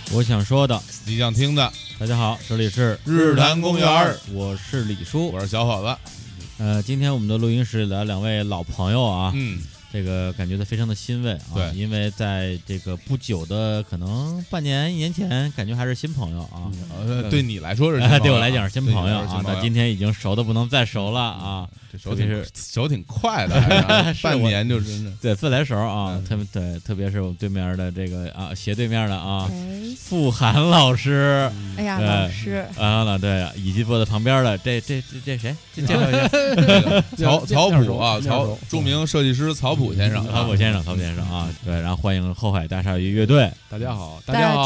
我想说的， 你想听的。 大家好，这里是日坛公园， 我是李叔， 我是小伙子。 今天我们的录音室里来两位老朋友啊，这个感觉到非常的欣慰啊， 对， 因为在这个不久的可能半年、1年前，感觉还是新朋友啊。 对你来说是新朋友， 对我来讲是新朋友啊。那今天已经熟的不能再熟了啊， 这熟挺快的，半年就真的对自来熟啊，特别是我对面的这个啊斜对面的啊，傅涵老师， 哎呀，老师啊，对，以及坐在旁边的这谁？介绍一下，曹普啊，著名设计师曹普先生， 曹先生啊，对，然后欢迎后海大鲨鱼乐队， 大家好，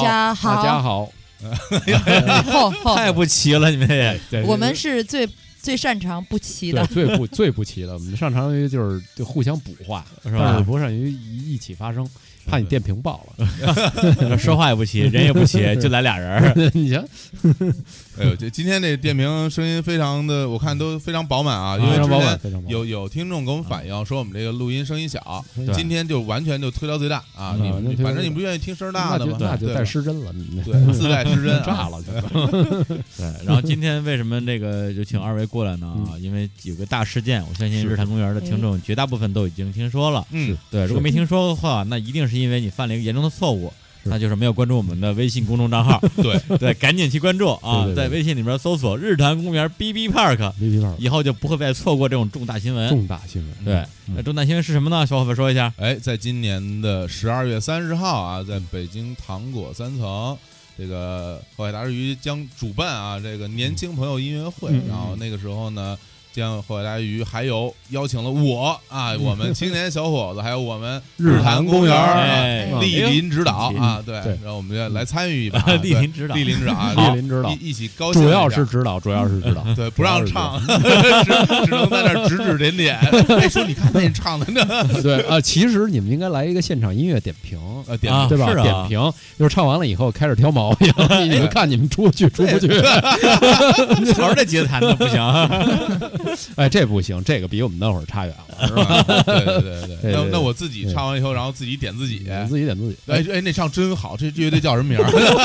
太不齐了，你们也， 我们是最擅长不齐的， 最不齐的，我们擅长于就是互相补话，是吧？但是不善于一起发声。怕你电瓶爆了，说话也不齐，人也不齐，就来俩人。 你行？ 哎呦，今天这电瓶声音非常的，我看都非常饱满啊，因为之前有听众给我们反映说我们这个录音声音小，今天就完全就推到最大啊！你反正你不愿意听声大的嘛， 那就带失真了， 对，自带失真， 炸了。 对，然后今天为什么这个就请二位过来呢？啊，因为有个大事件，我相信日坛公园的听众绝大部分都已经听说了。对，如果没听说的话，那一定是因为你犯了一个严重的错误，那就是没有关注我们的微信公众账号。对，赶紧去关注啊！在微信里面搜索日坛公园 BB Park， 以后就不会再错过这种重大新闻。对，那重大新闻是什么呢？小伙伴说一下。 在今年的12月30号啊，在北京糖果3层，这个后海大鲨鱼将主办啊这个年轻朋友音乐会，然后那个时候呢，将后海大鲨鱼还有邀请了我啊，我们青年小伙子，还有我们日坛公园莅临指导啊，对，然后我们就来参与一把， 莅临指导， 一起高兴， 主要是指导， 对，不让唱，只能在那指指点点，说你看那唱的呢， 对啊，其实你们应该来一个现场音乐点评， 对吧？点评就是唱完了以后开始挑毛病，你们看你们出不去， 瞧着这节弹的不行。 哎，这不行，这个比我们那会儿差远了，是吧？ 对。那我自己唱完以后，然后自己点自己。 哎， 那唱真好，这乐队叫什么名？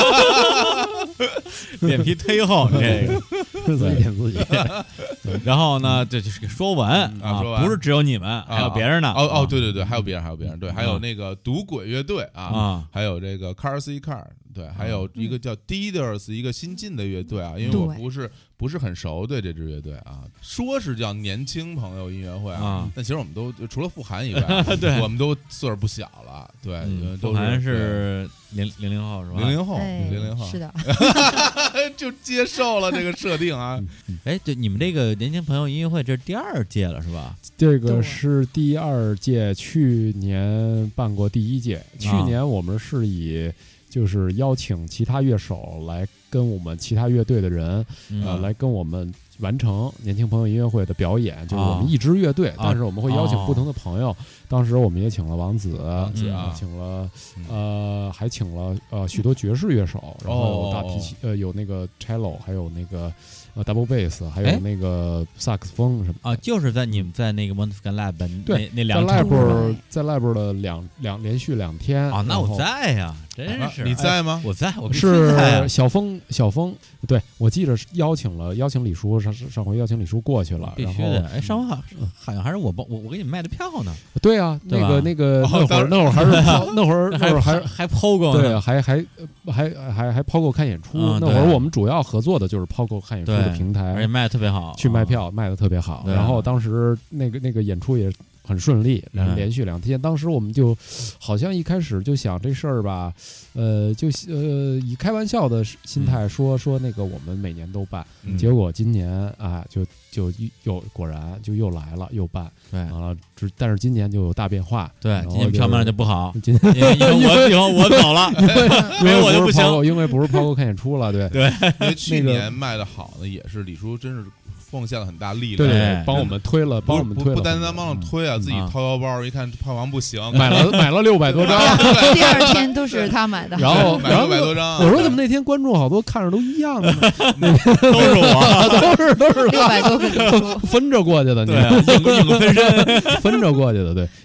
脸皮忒厚，这个自己点自己。 然后呢，这就是说完啊，不是只有你们，还有别人呢。 对，还有别人，对，还有那个赌鬼乐队啊，还有这个 Car C Car， 对，还有一个叫 Deeders， 一个新进的乐队啊，因为我不是很熟对这支乐队啊，说是叫年轻朋友音乐会啊，但其实我们都除了傅涵以外，对，我们都岁数不小了，对， 傅涵是00后是吧 ？00后， 是的， 就接受了这个设定啊。 哎，对，你们这个年轻朋友音乐会这是第2届了是吧？ 这个是第2届，去年办过第1届，去年我们是以就是邀请其他乐手来跟我们其他乐队的人，来跟我们完成年轻朋友音乐会的表演，就是我们一支乐队，但是我们会邀请不同的朋友。当时我们也请了王子请了还请了许多爵士乐手，然后有大提琴，有那个 cello， 还有那个double bass， 还有那个萨克斯风什么啊，就是在你们在那个 Montfgan Lab 那两在 Lab 的连续2天啊，那我在呀，真是你在吗？ 我在，我是小峰，对，我记着邀请李叔，上回邀请李叔过去了， 必须的。哎，上回好像还是我给你们卖的票呢。 对啊，那会儿还是那会儿还抛过， 对，还抛过看演出。那会儿我们主要合作的就是抛过看演出的平台， 而且卖的特别好， 去卖票卖的特别好。然后当时那个演出也很顺利，连续2天。当时我们就好像一开始就想这事儿吧，以开玩笑的心态说那个我们每年都办，结果今年啊就又果然就又来了又办， 对， 但是今年就有大变化， 对，今年票卖的就不好， 今年以后我走了，因为我就不行， 因为不是抛钩看演出了，对， 因为去年卖的好的也是李叔，真是奉献了很大力量， 对，帮我们推了，不单帮我们推啊，自己掏腰包，一看票房不行， 买了600多张， 第2天都是他买的， 然后买600多张， 我说怎么那天观众好多看着都一样的呢？ 都是我， 都是 600多个分着过去的， 对，影分身， 分着过去的，对，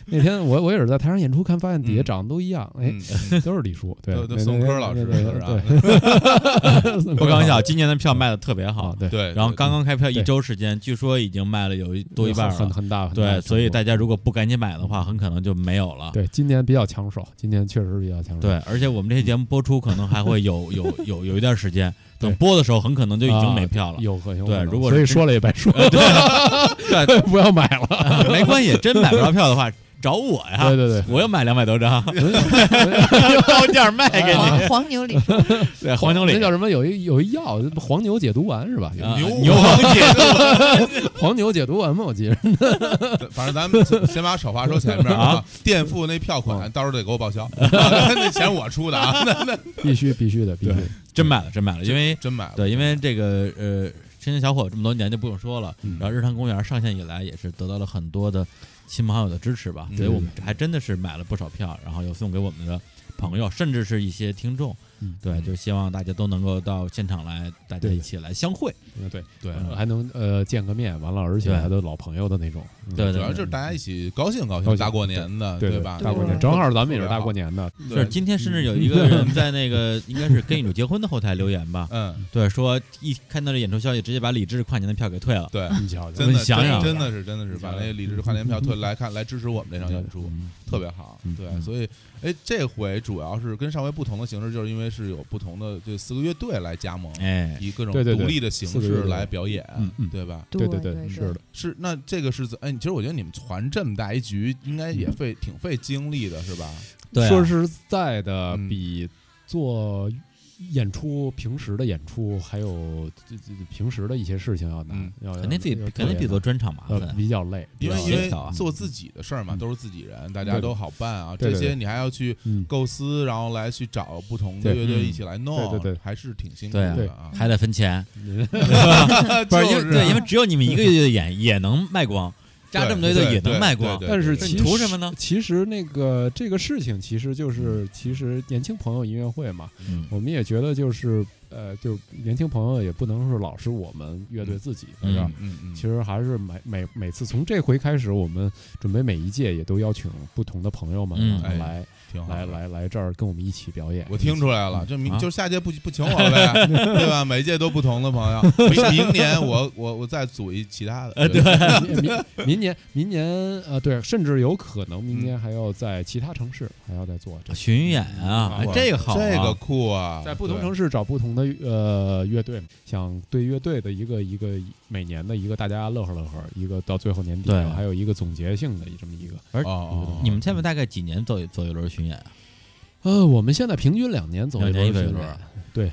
那天我也是在台上演出看，发现底下长得都一样，都是李叔，对， 都宋柯老师， 对， 不开玩笑，今年的票卖的特别好， 对， 然后刚刚开票1周时间，据说已经卖了有多一半了， 很大， 对，所以大家如果不赶紧买的话，很可能就没有了。 对，今年比较抢手，今年确实比较抢手。 对，而且我们这些节目播出可能还会有一段时间。等播的时候，很可能就已经没票了。 有可能。 对，如果所以说了也白说。对，不要买了， 没关系。真买不着票的话，找我呀。 对， 我又买200多张，高价卖给你。 黄牛里， 对，黄牛里那叫什么？有一药，黄牛解毒丸是吧？ 牛黄解毒， 黄牛解毒丸嘛，我记着。 反正咱们先把丑话说前面啊，垫付那票款，到时候得给我报销，那钱我出的啊。 必须的，必须。 真买了，因为真买了。 对，因为这个青年小伙这么多年就不用说了，然后日坛公园上线以来也是得到了很多的亲朋好友的支持吧，所以我们还真的是买了不少票，然后又送给我们的朋友，甚至是一些听众。对，就希望大家都能够到现场来，大家一起来相会。 对，还能见个面，完了，而且还都老朋友的那种。 对， 主要就是大家一起高兴，大过年的，对吧？ 大过年，正好咱们也是大过年的。 是今天甚至有一个人在那个应该是跟一主结婚的后台留言吧，对，说一看到这演出消息，直接把李志跨年的票给退了。 对， 真的想想， 真的是把那李志跨年票退来支持我们这场演出，特别好。对，所以这回主要是跟上回不同的形式，就是因为是有不同的这4个乐队来加盟，以各种独立的形式来表演，对吧？ 对， 是的， 是。那这个是其实我觉得你们团这么大一局，应该也挺费精力的，是吧？ 对， 说实在的，比做演出平时的演出还有平时的一些事情要难， 肯定比做专场麻烦， 比较累， 因为做自己的事儿嘛，都是自己人，大家都好办啊。这些你还要去构思，然后来去找不同的乐队一起来弄， 对， 还是挺辛苦的啊， 还得分钱，不是因为只有你们一个乐队演也能卖光。加这么多队也能卖光， 但是图什么呢？ 其实这个事情其实就是年轻朋友音乐会嘛，我们也觉得就是就年轻朋友也不能是老是我们乐队自己在这儿，其实还是每次从这回开始，我们准备每一届也都邀请不同的朋友们来这儿跟我们一起表演。 我听出来了，就是下届不请我呗，对吧？每届都不同的朋友，明年我再组一其他的， 对，明年对，甚至有可能明年还要在其他城市还要再做巡演啊，这个好， 这个酷啊， 在不同城市找不同的乐队，想对乐队的一个每年的一个大家乐呵，一个到最后年底还有一个总结性的这么一个。 而你们现在大概几年走一轮巡演啊？ 我们现在平均2年走一轮巡演，对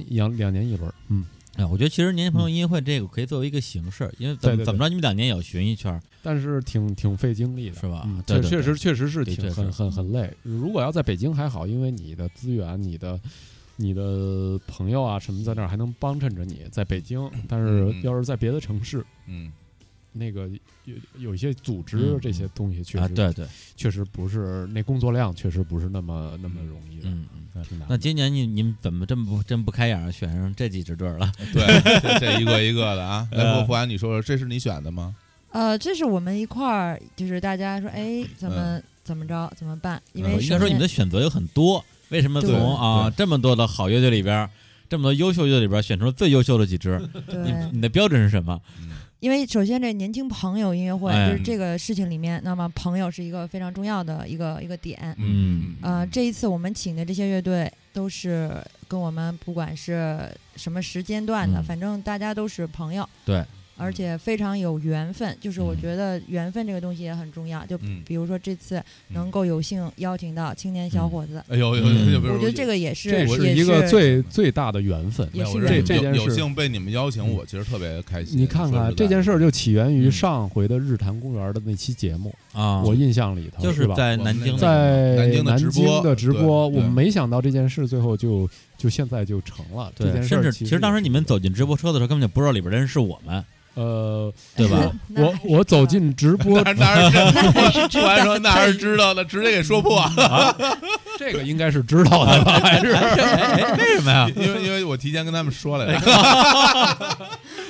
，2年一轮。 我觉得其实年轻朋友音乐会这个可以作为一个形式，因为怎么着你们2年也要巡一圈， 但是挺费精力的， 是吧？ 确实是很累。如果要在北京还好，因为你的资源、你的朋友啊什么在那儿还能帮衬着你，在北京。但是要是在别的城市，那个有一些组织这些东西确实对， 确实不是那工作量确实不是那么容易的。 那今年你们怎么真不开眼选上这几支队了？ 对，这一个一个的啊。来，付安，你说说，这是你选的吗？ 这是我们一块儿，就是大家说，怎么着怎么办？因为应该说你们的选择有很多，为什么从这么多的好乐队里边，这么多优秀乐队里边选出了最优秀的几支？你的标准是什么？ 因为首先这年轻朋友音乐会就是这个事情里面，那么朋友是一个非常重要的一个点。这一次我们请的这些乐队都是跟我们不管是什么时间段的，反正大家都是朋友。 对。 而且非常有缘分，就是我觉得缘分这个东西也很重要。就比如说这次能够有幸邀请到青年小伙子，我觉得这个也是一个最大的缘分。 也是这件事有幸被你们邀请，我其实特别开心。 你看看这件事就起源于上回的日坛公园的那期节目啊， 我印象里头就是在南京的直播，我们没想到这件事最后就现在就成了。这件事甚至其实当时你们走进直播车的时候，根本就不知道里边的人是我们。 对吧？我走进直播， 哪是知道的，直接给说破啊！这个应该是知道的吧？还是为什么呀？ 因为我提前跟他们说来的。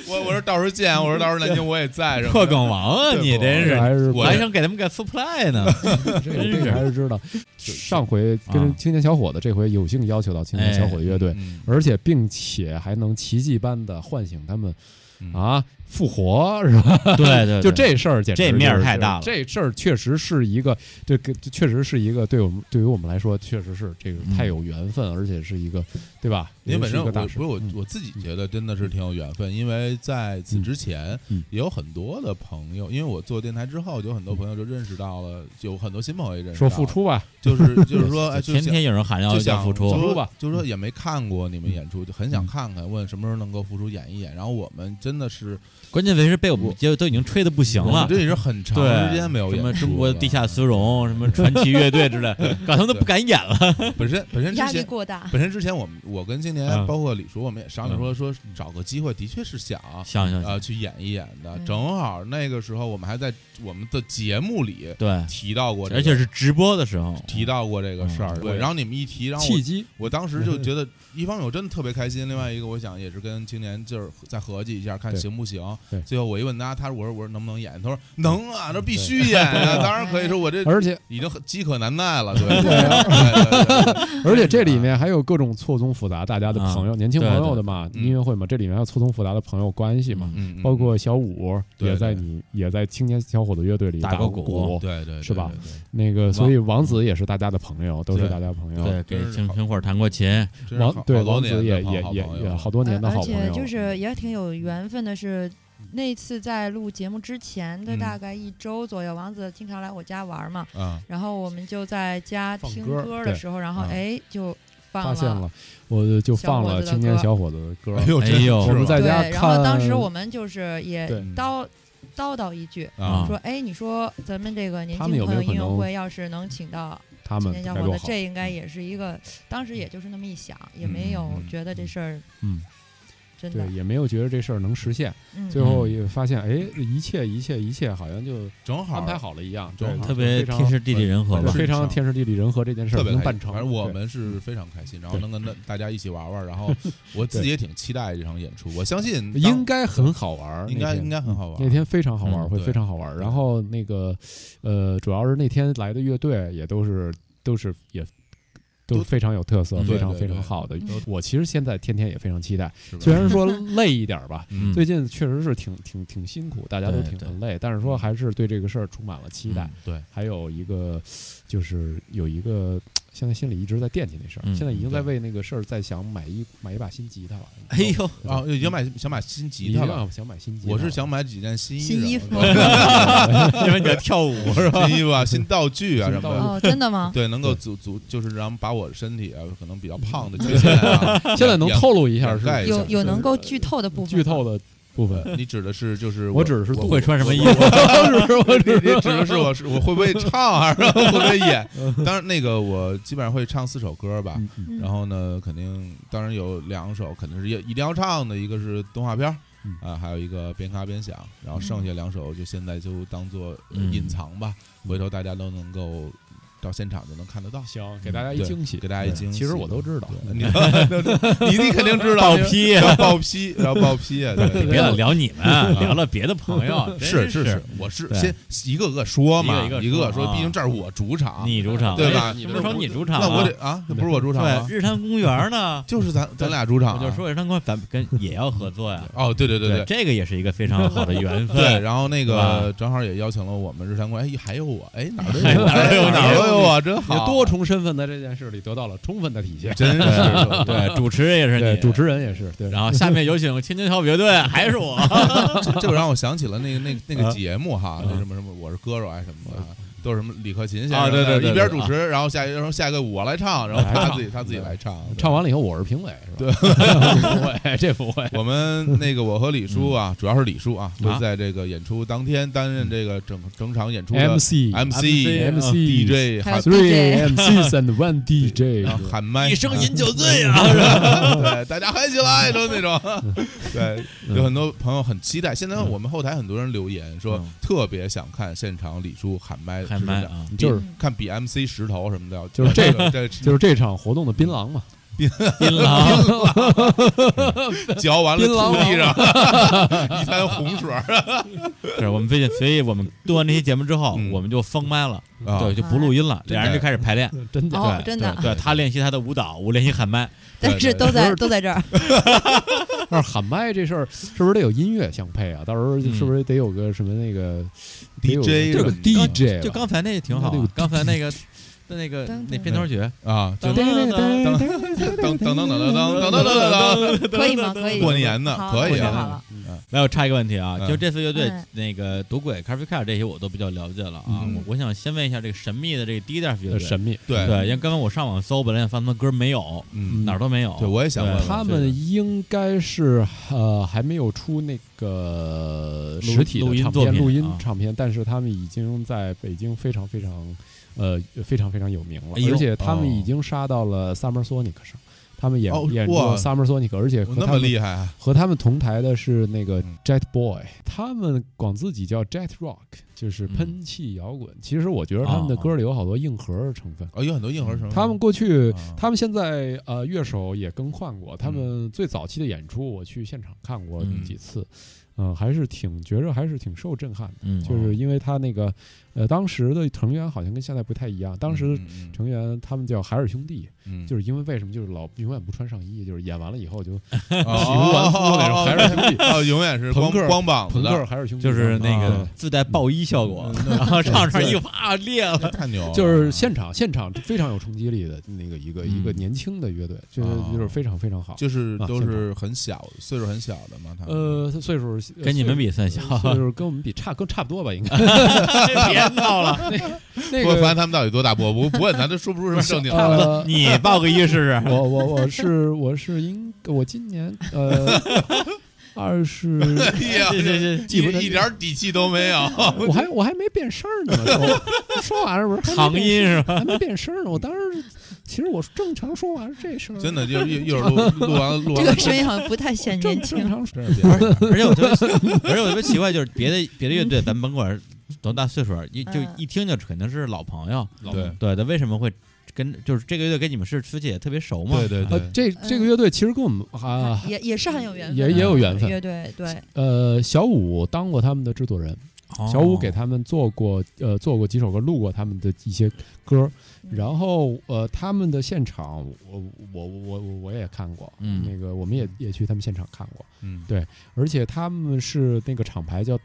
我说到时候见，我说到时候南京我也在， 破梗王啊，你真是，我还想给他们个 supply 呢， 真是还是知道。上回跟青年小伙子，这回有幸要求到青年小伙子乐队，而且并且还能奇迹般的唤醒他们啊。复活是吧？ 对对， 就这事儿简直这面太大了。 这事儿确实是一个，这个确实是一个对于我们来说，确实是这个太有缘分，而且是一个，对吧？ 因为本身不是我自己觉得真的是挺有缘分，因为在此之前也有很多的朋友，因为我做电台之后，有很多朋友就认识到了，有很多新朋友也认识到了， 说付出吧， 就是说，哎， 天天有人喊要付出吧，就是说也没看过你们演出，就很想看看，问什么时候能够复出演一演。然后我们真的是。 关键为是被我们都已经吹得不行了， 这已经很长时间没有演出了， 什么中国地下丝绒、什么传奇乐队之类，搞他们都不敢演了。 本身压力过大。 本身之前我跟今年包括李叔，我们也商量说找个机会，的确是想去演一演的。正好那个时候我们还在我们的节目里提到过， 而且是直播的时候提到过这个事儿。对，然后你们一提，然后契机， 我当时就觉得一方面我真的特别开心，另外一个我想也是跟青年就是再合计一下，看行不行。最后我一问他我说能不能演？他说能啊，这必须演啊，当然可以。说我这而且已经饥渴难耐了，对。 而且这里面还有各种错综复杂，大家的朋友，年轻朋友的嘛，音乐会嘛，这里面还有错综复杂的朋友关系嘛，包括小五也在青年小伙子乐队里打过鼓， 对， 是吧？那个，所以王子也是大家的朋友，都是大家朋友。 对，给青火弹过琴， 王子也好多年的好朋友， 而且就是也挺有缘分的是。那次在录节目之前的大概1周左右，王子经常来我家玩嘛，然后我们就在家听歌的时候，然后就发现了，我就放了青年小伙子的歌。 哎呦， 我们在家看。 然后当时我们就是也叨叨一句，说哎，你说咱们这个年轻朋友音乐会要是能请到青年小伙子，这应该也是一个，当时也就是那么一想，也没有觉得这事儿， 对，也没有觉得这事儿能实现，最后也发现，哎，一切好像就正好安排好了一样， 对， 特别天时地利人和， 非常天时地利人和，这件事能办成， 反正我们是非常开心，然后能跟大家一起玩玩，然后我自己也挺期待这场演出，我相信应该很好玩， 应该很好玩， 那天非常好玩，会非常好玩。然后那个主要是那天来的乐队也都是也。都非常有特色，非常非常好的。我其实现在天天也非常期待，虽然说累一点吧，最近确实是挺辛苦，大家都挺累，但是说还是对这个事儿充满了期待。 对， 还有一个就是有一个。现在心里一直在惦记那事儿，现在已经在为那个事儿在想买一把新吉他了。 哎呦啊，已经想买新吉他了， 想买新吉他。 我是想买几件新衣服， 因为你要跳舞是吧？ 新衣服啊，新道具啊什么的。 哦，真的吗？ 对，能够组就是让把我的身体啊，可能比较胖的缺陷啊， 现在能透露一下是有能够剧透的部分。 剧透的。部分， 你指的是就是我指的是不会穿什么衣服， 你指的是我会不会唱还是会不会演？当然那个我基本上会唱4首歌吧，然后呢肯定当然有2首肯定是一定要唱的，一个是动画片啊，还有一个边卡边想，然后剩下2首就现在就当做隐藏吧，回头大家都能够。到现场就能看得到， 行，给大家一惊喜， 给大家一惊喜。 其实我都知道， 你肯定知道， 报批啊， 报批啊！对， 别老聊你们，聊聊别的朋友。 是，我是先一个个说嘛，一个个说，毕竟这是我主场， 你主场对吧？ 什么时候你主场？ 那我得啊，这不是我主场吗？ 日坛公园呢？ 就是咱俩主场。 我就说日坛公园，咱跟也要合作呀。 哦，对， 这个也是一个非常好的缘分。 对，然后那个正好也邀请了我们日坛公园，还有我，哎，哪儿有我，真好。 多重身份在这件事里得到了充分的体现， 真是对，主持人也是你， 主持人也是对。 然后下面有请青年小乐队，还是我， 这就让我想起了那个节目哈，那什么我是歌手还是什么的。都是什么李克勤先生对， 一边主持，然后下一个我来唱，然后他自己来唱， 唱完了以后我是评委，是吧？ 对，这不会。 我们那个我和李叔啊，主要是李叔啊，会在这个演出当天担任这个整场演出的 MC DJ three MCs and one DJ 喊麦， 一生饮酒醉啊， 对，大家嗨起来都那种。对，有很多朋友很期待。现在我们后台很多人留言说，特别想看现场李叔喊麦。 啊， 就是看比 MC 石头什么的， 就是这场活动的槟榔嘛。 槟榔， 嚼完了吐地上一滩洪水。 是我们最近，所以我们录完这期节目之后，我们就封麦了，对，就不录音了，俩人就开始排练， 真的， 真的， 对他练习他的舞蹈，我练习喊麦， 但是都在这儿。 但是喊麦这事儿是不是得有音乐相配啊？到时候是不是得有个什么那个 DJ 这个 DJ？ 就刚才那个挺好，刚才那个片头曲啊， 噔噔可以吗？可以， 过年的可以啊。 来，我插一个问题啊，就这次乐队那个赌鬼、Coffee Car 这些我都比较了解了啊，我想先问一下这个神秘的这个Didas乐队， 神秘， 对，因为刚刚我上网搜，本来想放他们歌没有，哪儿都没有。 对，我也想问， 他们应该是还没有出那个实体的录音唱片，但是他们已经在北京非常非常有名了，而且他们已经杀到了 Summer Sonic 上。他们演过 Summer Sonic， 而且那么厉害啊！ 和他们同台的是那个 Jet Boy， 他们管自己叫 Jet Rock， 就是喷气摇滚。其实我觉得他们的歌里有好多硬核成分， 有很多硬核成分。 他们过去，他们现在乐手也更换过。他们最早期的演出，我去现场看过几次。还是觉着还是挺受震撼的，就是因为他那个当时的成员好像跟现在不太一样，当时成员他们叫海尔兄弟，就是因为为什么就是永远不穿上衣，就是演完了以后就体无完肤那种海尔兄弟， 永远是光膀子的海尔兄弟， 就是那个自带爆衣效果，然后唱上衣服裂了， 太牛了， 就是现场非常有冲击力的那个一个年轻的乐队，就是非常非常好， 就是都是很小岁数很小的嘛，他岁数。 跟你们比算小， 就是跟我们比差不多吧，应该。 别闹了， 那个，反正他们到底多大？不问他，都说不出什么正经话。你报个一试试。 我今年20， 一点底气都没有。 我还没变声呢，说话是不是？ 长音是吧？ 还没变声呢，我当时。其实我正常说话是这声， 真的就一会儿录完， 这个声音好像不太显年轻。 而且我特别奇怪，就是别的乐队，咱甭管多大岁数，一听就肯定是老朋友。对，为什么会就是这个乐队跟你们是师姐特别熟吗？ 对， 这个乐队其实跟我们也是很有缘分， 也有缘分。 乐队对， 小五当过他们的制作人。小五给他们做过几首歌，录过他们的一些歌，然后他们的现场我也看过，那个我们也去他们现场看过，对，而且他们是那个厂牌叫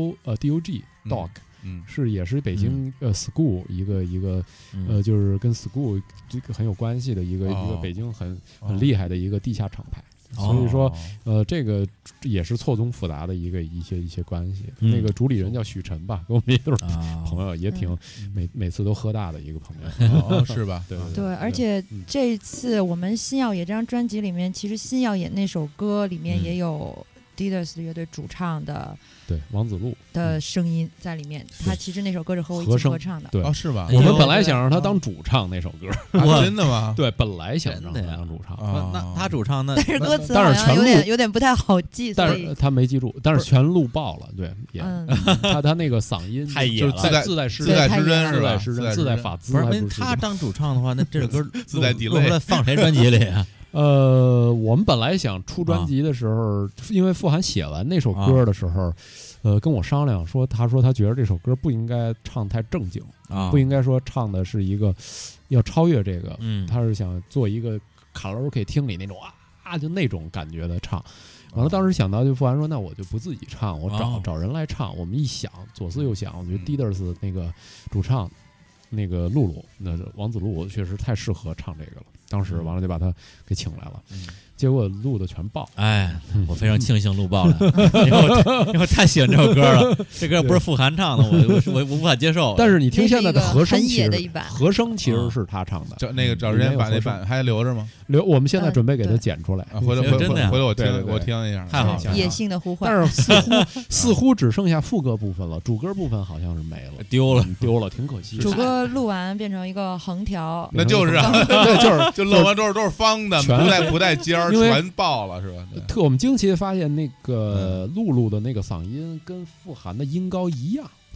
DOG Dog，也是北京School 一个就是跟 School 这个很有关系的一个北京很厉害的一个地下厂牌。所以说，这个也是错综复杂的一些关系。那个主理人叫许晨吧，跟我们也都是朋友，也挺每次都喝大的一个朋友， 是吧？ 对，而且这次我们新耀野这张专辑里面，其实新耀野那首歌里面也有 Didas 乐队主唱的。 对，王子路的声音在里面，他其实那首歌是和我一起合唱的。 对， 是吧？ 我们本来想让他当主唱那首歌， 真的吗？ 对，本来想让他当主唱。 那他主唱但是歌词好像有点不太好记， 但是他没记住，但是全录爆了。对，他那个嗓音就是自带失真是吧？自带法兹。 不是，他当主唱的话，那这首歌自带 delay 放谁专辑里啊？ 我们本来想出专辑的时候，因为傅涵写完那首歌的时候，跟我商量说，他说他觉得这首歌不应该唱太正经不应该说唱的是一个要超越这个，他是想做一个卡拉 OK 厅里那种就那种感觉的唱。完了，当时想到就傅涵说，那我就不自己唱，我找人来唱。我们一想，左思右想，我觉得 Didas 那个主唱那个露露，那王子路确实太适合唱这个了。当时完了就把他给请来了，结果录的全爆。 哎，我非常庆幸录爆了，因为我太喜欢这首歌了。这歌不是傅涵唱的，我无法接受。 但是你听现在的和声， 和声其实是他唱的。 找人把那版还留着吗？ 我们现在准备给他剪出来。 回头我听一下， 太好了。 野性的呼唤。 但是似乎只剩下副歌部分了，主歌部分好像是没了， 丢了， 挺可惜。 主歌录完变成一个横条， 那就是啊， 对， 就录完都是方的，不带尖儿，全爆了是吧？ 我们惊奇的发现，那个露露的那个嗓音跟傅涵的音高一样，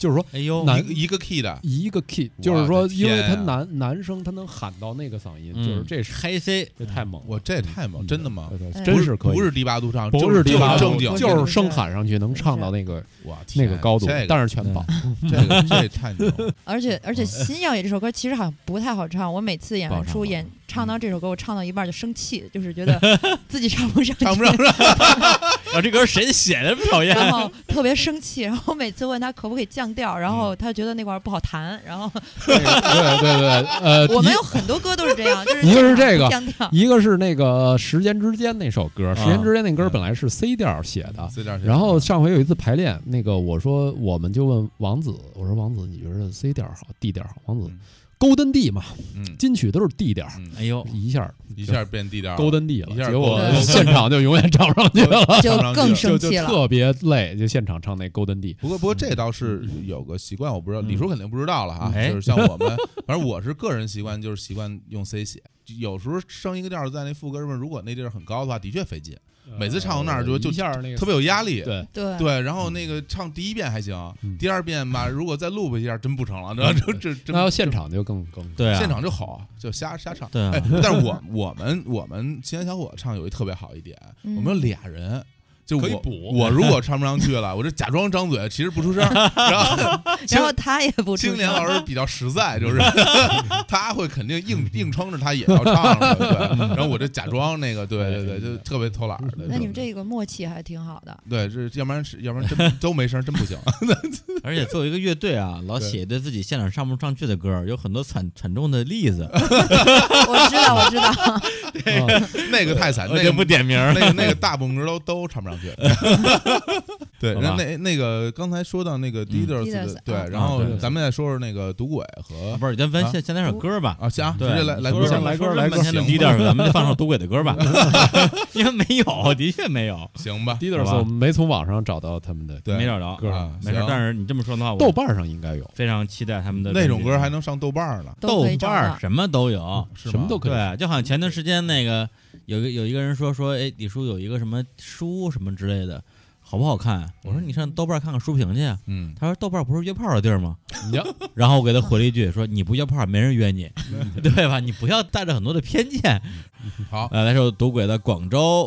就是说， 哎呦， 一个 key 的一个 key， 就是说，因为他男生他能喊到那个嗓音，就是这是嗨 C， 这太猛了， 我这太猛，真的吗？ 真是可以， 不是低八度唱， 不是低八度，正经， 就是声喊上去能唱到那个那个高度，但是全保， 这太牛。 而且《新耀野》这首歌其实好像不太好唱，我每次演完出唱到这首歌，我唱到一半就生气，就是觉得自己唱不上， 唱不上。 然后这歌谁写的？讨厌， 然后特别生气，然后每次问他可不可以降调，然后他觉得那块不好弹，然后对， 我们有很多歌都是这样，就是一个是这个降调， 一个是那个《时间之间》那首歌，《时间之间》那歌本来是 C 调写的，然后上回有一次排练，那个我说我们就问王子，我说王子你觉得 C 调好 D 调好？王子Golden D 嘛，金曲都是 D 调， 哎呦， 一下变 D 调 ，Golden D 了，结果对现场就永远唱不上去了， 就更生气了， 就特别累，就现场唱那 Golden D。 不过这倒是有个习惯，我不知道李叔肯定不知道了啊，就是像我们，反正我是个人习惯，就是习惯用 C 写，有时候升一个调在那副歌上面，如果那地儿很高的话，的确费劲。每次唱到那儿就一下那个特别有压力， 对， 然后那个唱第一遍还行，第二遍吧，如果再录一下真不成了，这那要现场就更对， 现场就好啊，就瞎唱。 对， 但是我们青年小伙唱有一特别好一点，我们有俩人。就可以补我如果唱不上去了，我就假装张嘴，其实不出声， 然后他也不出声。 青年老师比较实在，就是他会肯定硬撑着，他也要唱了，对。然后我就假装那个，对，就特别偷懒的。 那你们这个默契还挺好的。 对，这要不然真都没声，真不行。 而且作为一个乐队啊，老写对自己现场上不上去的歌，有很多惨重的例子。 我知道， 那个太惨， 我就不点名。 那个大部分歌都唱不上去。对，那个刚才说到那个 Leaders， 对，然后咱们再说说那个赌鬼和不是，咱先来首歌吧。 啊，行， 对， 直接来歌， 来半天的 Leaders， 咱们就放首赌鬼的歌吧。因为没有，的确没有。 行吧 ，Leaders 我们没从网上找到他们的， 没找着歌， 没事。但是你这么说的话， 豆瓣上应该有， 非常期待他们的那种歌还能上豆瓣呢。 豆瓣什么都有， 什么都可以。 对，就好像前段时间那个有一个人说，哎，李叔有一个什么书什么之类的。好不好看？我说你上豆瓣看看书评去。他说豆瓣不是约炮的地儿吗？然后我给他回了一句说你不约炮没人约你，对吧？你不要带着很多的偏见。 好， 来首赌鬼的《广州》。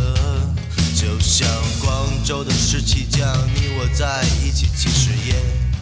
州的士气将你我在一起，其实也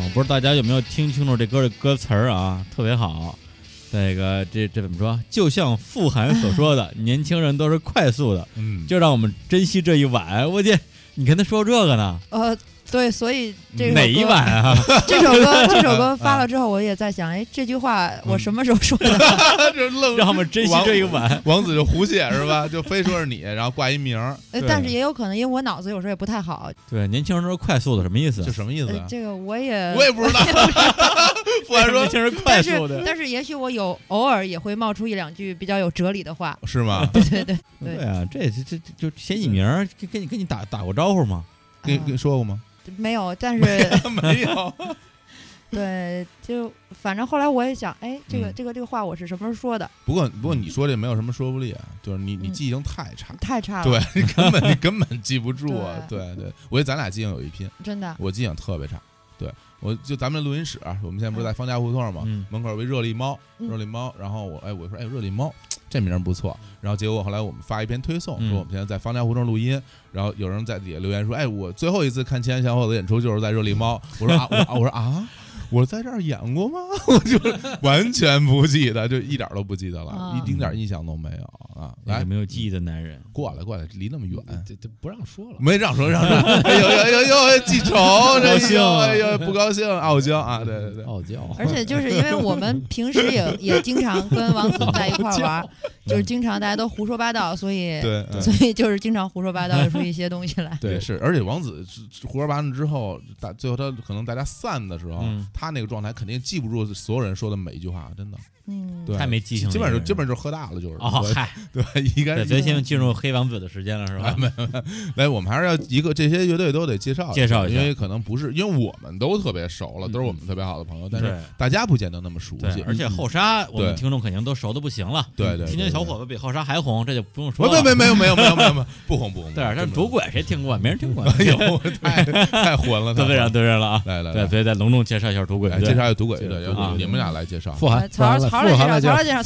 不知道大家有没有听清楚这歌的歌词儿啊，特别好。这怎么说？就像傅涵所说的，年轻人都是快速的，就让我们珍惜这一晚。我天，你跟他说这个呢？ 对，所以这首歌哪一晚啊？ 这首歌发了之后，我也在想，哎，这句话我什么时候说的？ 让我们珍惜这一晚。 王子就胡写是吧？就非说是你，然后挂一名儿。 但是也有可能，因为我脑子有时候也不太好。 对，年轻人都是快速的，什么意思？ 就什么意思？ 这个我也不知道。傅涵说年轻人快速的， 但是也许我偶尔也会冒出一两句比较有哲理的话， 是吗？ 对啊，这就写你名儿，跟你打过招呼吗？ 跟你说过吗？ 没有，但是没有。 对，就反正后来我也想，哎，这个话我是什么时候说的？ 不过你说这没有什么说服力啊，就是你记性太差， 了， 对，你根本记不住啊。对，我觉得咱俩记性有一拼， 真的， 我记性特别差。对，我就咱们录音室，我们现在不是在方家胡同嘛，门口有位热力猫，然后我说热力猫这名不错，然后结果后来我们发一篇推送，说我们现在在方家胡同录音，然后有人在底下留言说，我最后一次看青年小伙子演出就是在热力猫，我说啊。我在这儿演过吗？我就完全不记得，就一点都不记得了，一丁点印象都没有啊！来， 没有记忆的男人， 过来，离那么远， 这不让说了， 没让说，哎呦，记仇， 高兴， 哎呦，不高兴，傲娇啊，对， 傲娇。 而且就是因为我们平时也经常跟王子在一块玩，就是经常大家都胡说八道，所以就是经常胡说八道出一些东西来。 对，是，而且王子胡说八道之后，最后他可能大家散的时候。他那个状态肯定记不住所有人说的每一句话，真的。对， 太没记性了， 基本上就喝大了，就是。 嗨， 对，应该是。 咱现在进入黑王子的时间了，是吧？ 没，来，我们还是要这些乐队都得介绍一下， 因为可能不是，因为我们都特别熟了，都是我们特别好的朋友，但是大家不见得那么熟悉。 而且后沙，我们听众肯定都熟的不行了。 对， 青年小伙子比后沙还红，这就不用说了。 没有，不红。 对，但是赌鬼谁听过？没人听过。 哎呦，太混了， 得罪人了啊！ 来， 对，所以再隆重介绍一下赌鬼， 介绍一下赌鬼的，你们俩来介绍。 傅涵来介绍。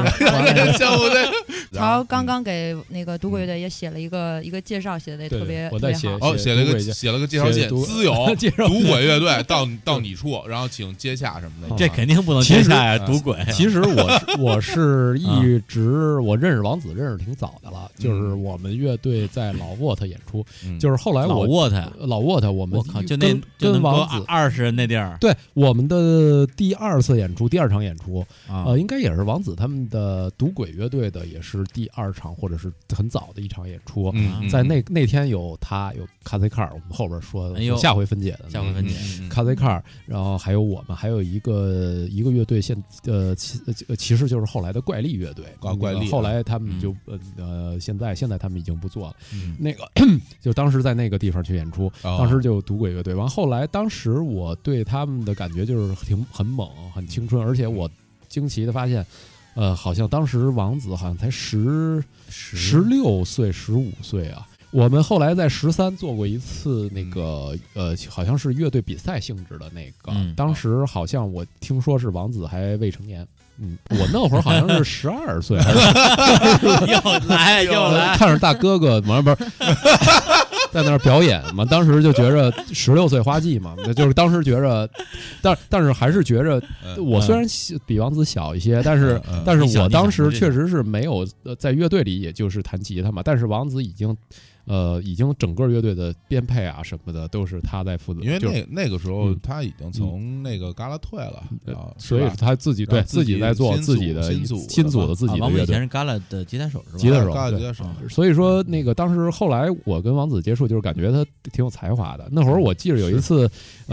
曹刚刚给那个赌鬼乐队也写了一个介绍，写的特别我在写好。 写了个介绍信，私有赌鬼乐队到你处，然后请接洽什么的。 这肯定不能接洽呀，赌鬼。 其实我是一直我认识王子认识挺早的了，就是我们乐队在老沃特演出，就是后来老沃特， 我们就跟王子 20人那地儿， 对，我们的第二场演出，应该也是王子他们的赌鬼乐队的，也是第2场或者是很早的一场演出。在那天有他有卡塞卡尔，我们后边说下回分解卡塞卡尔，然后还有我们，还有一个乐队其实就是后来的怪力乐队， 怪力， 后来他们就现在他们已经不做了。那个就当时在那个地方去演出，当时就赌鬼乐队。完后来当时我对他们的感觉就是很猛，很青春，而且我惊奇的发现。好像当时王子好像才16岁、15岁啊。我们后来在13做过一次那个好像是乐队比赛性质的那个，当时好像我听说是王子还未成年。我那会儿好像是12岁，还是又来， 看着大哥哥，不是。在那儿表演嘛，当时就觉着16岁花季嘛，就是当时觉着，但是还是觉着，我虽然比王子小一些，但是我当时确实是没有在乐队里，也就是弹吉他嘛，但是王子已经整个乐队的编配啊什么的都是他在负责， 因为那个时候他已经从那个旮旯退了， 所以他自己在做自己的新组的自己的乐队。 王子以前是旮旯的吉他手是吧？ 吉他手。 所以说那个当时后来我跟王子接触，就是感觉他挺有才华的。那会儿我记得有一次，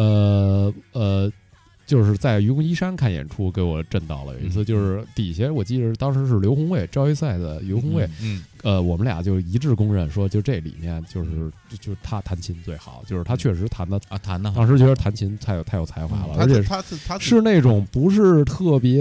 就是在愚公移山看演出，给我震到了。有一次就是底下，我记得当时是刘宏卫赵一赛的刘宏卫，我们俩就一致公认说，就这里面就是他弹琴最好，就是他确实弹的，当时觉得弹琴太有才华了，而且他是那种不是特别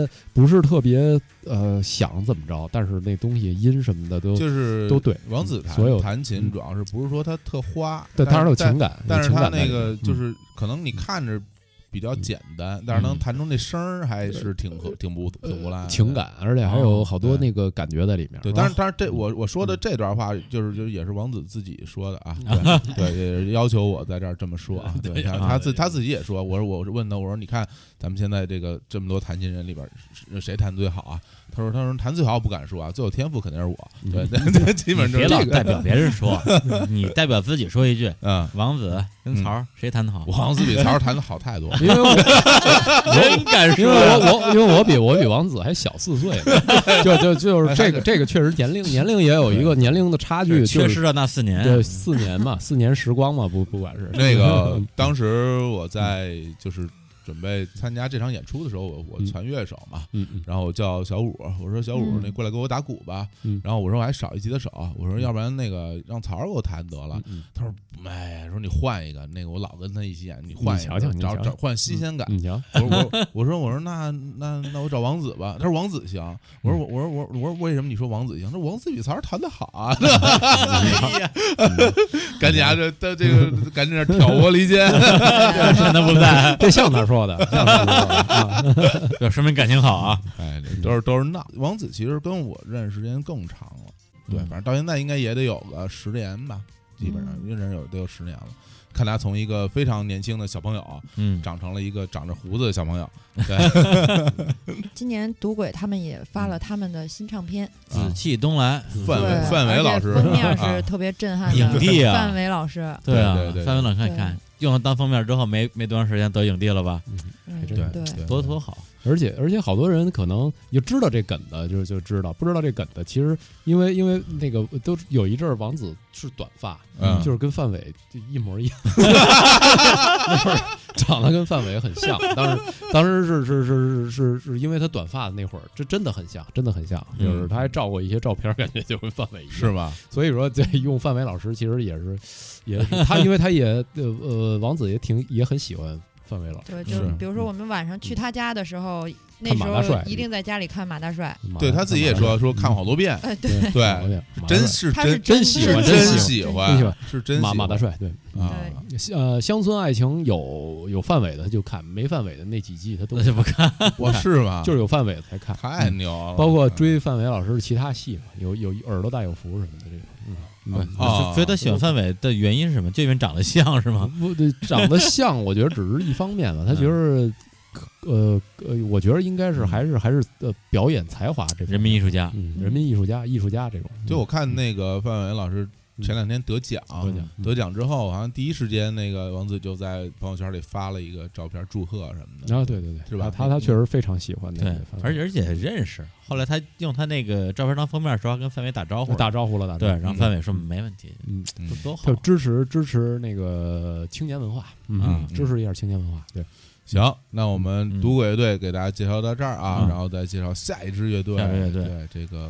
想怎么着，但是那东西音什么的都对。 王子弹琴主要是不是说他特花， 对，当然有情感， 但是他那个就是可能你看着。 比较简单，但是能弹出那声儿还是挺不赖， 情感，而且还有好多那个感觉在里面。 对，当然这我说的这段话就是也是王子自己说的啊，对，也要求我在这儿这么说啊。对，他自己也说，我问他，我说你看咱们现在这么多弹琴人里边谁弹最好啊？他说弹最好不敢说啊，最有天赋肯定是我。对，基本上别老代表别人说，你代表自己说一句，王子跟曹谁弹得好？ 王子比曹弹得好太多， 因为真敢说， 因为我比王子还小4岁呢，就是这个确实年龄也有一个年龄的差距， 缺失了那4年， 对4年嘛，4年时光嘛，不管是那个当时我在就是准备参加这场演出的时候，我传乐手嘛，然后我叫小五，我说小五，那过来给我打鼓吧，然后我说我还少一吉他手，我说要不然那个让曹给我弹得了，他说哎，说你换一个，那个我老跟他一起演，你换一个，找换新鲜感。我说那我找王子吧，他说王子行，我说为什么你说王子行？他说王子比曹弹得好啊，赶紧赶紧挑拨离间， 真的不在， 这像他说的， 说明感情好啊！ 哎，都是闹。王子其实跟我认识时间更长了，对，反正到现在应该也得有个10年吧，基本上认识得有10年了。看他从一个非常年轻的小朋友，长成了一个长着胡子的小朋友。对， 今年赌鬼他们也发了他们的新唱片 《紫气东来》， 范伟老师封面是特别震撼的， 影帝啊， 范伟老师， 对啊， 对， 范伟老师看用了当封面之后，没多长时间得影帝了吧？ 对， 多好。 而且好多人可能就知道这梗的，就知道；不知道这梗的，其实因为那个都有一阵儿王子是短发，就是跟范伟就一模一样，那会儿长得跟范伟很像。当时是因为他短发的那会儿，这真的很像，就是他还照过一些照片，感觉就跟范伟一样， 是吧？ 所以说用范伟老师，其实也是他，因为他也王子也很喜欢范伟老师。 对，就比如说我们晚上去他家的时候，那时候一定在家里看马大帅。 对，他自己也说看好多遍。对，真喜欢，是真马大帅。对乡村爱情有范伟的他就看，没范伟的那几季他都不看。 我是吗？ 就是有范伟的才看， 太牛了。 包括追范伟老师的其他戏嘛，有耳朵大有福什么的这种。 觉得喜欢范伟的原因是什么？就因为长得像是吗？ 不对，长得像，我觉得只是一方面吧。他觉得，我觉得应该是还是表演才华这种人民艺术家， 人民艺术家这种。 就我看那个范伟老师前2天得奖之后，好像第一时间那个王子就在朋友圈里发了一个照片祝贺什么的。 对， 是吧？ 他确实非常喜欢那个， 而且认识。后来他用他那个照片当封面的时候，跟范伟打招呼了。对，然后范伟说没问题，多好， 就支持那个青年文化，支持一下青年文化。对， 行，那我们赌鬼乐队给大家介绍到这儿啊，然后再介绍下一支乐队，对，这个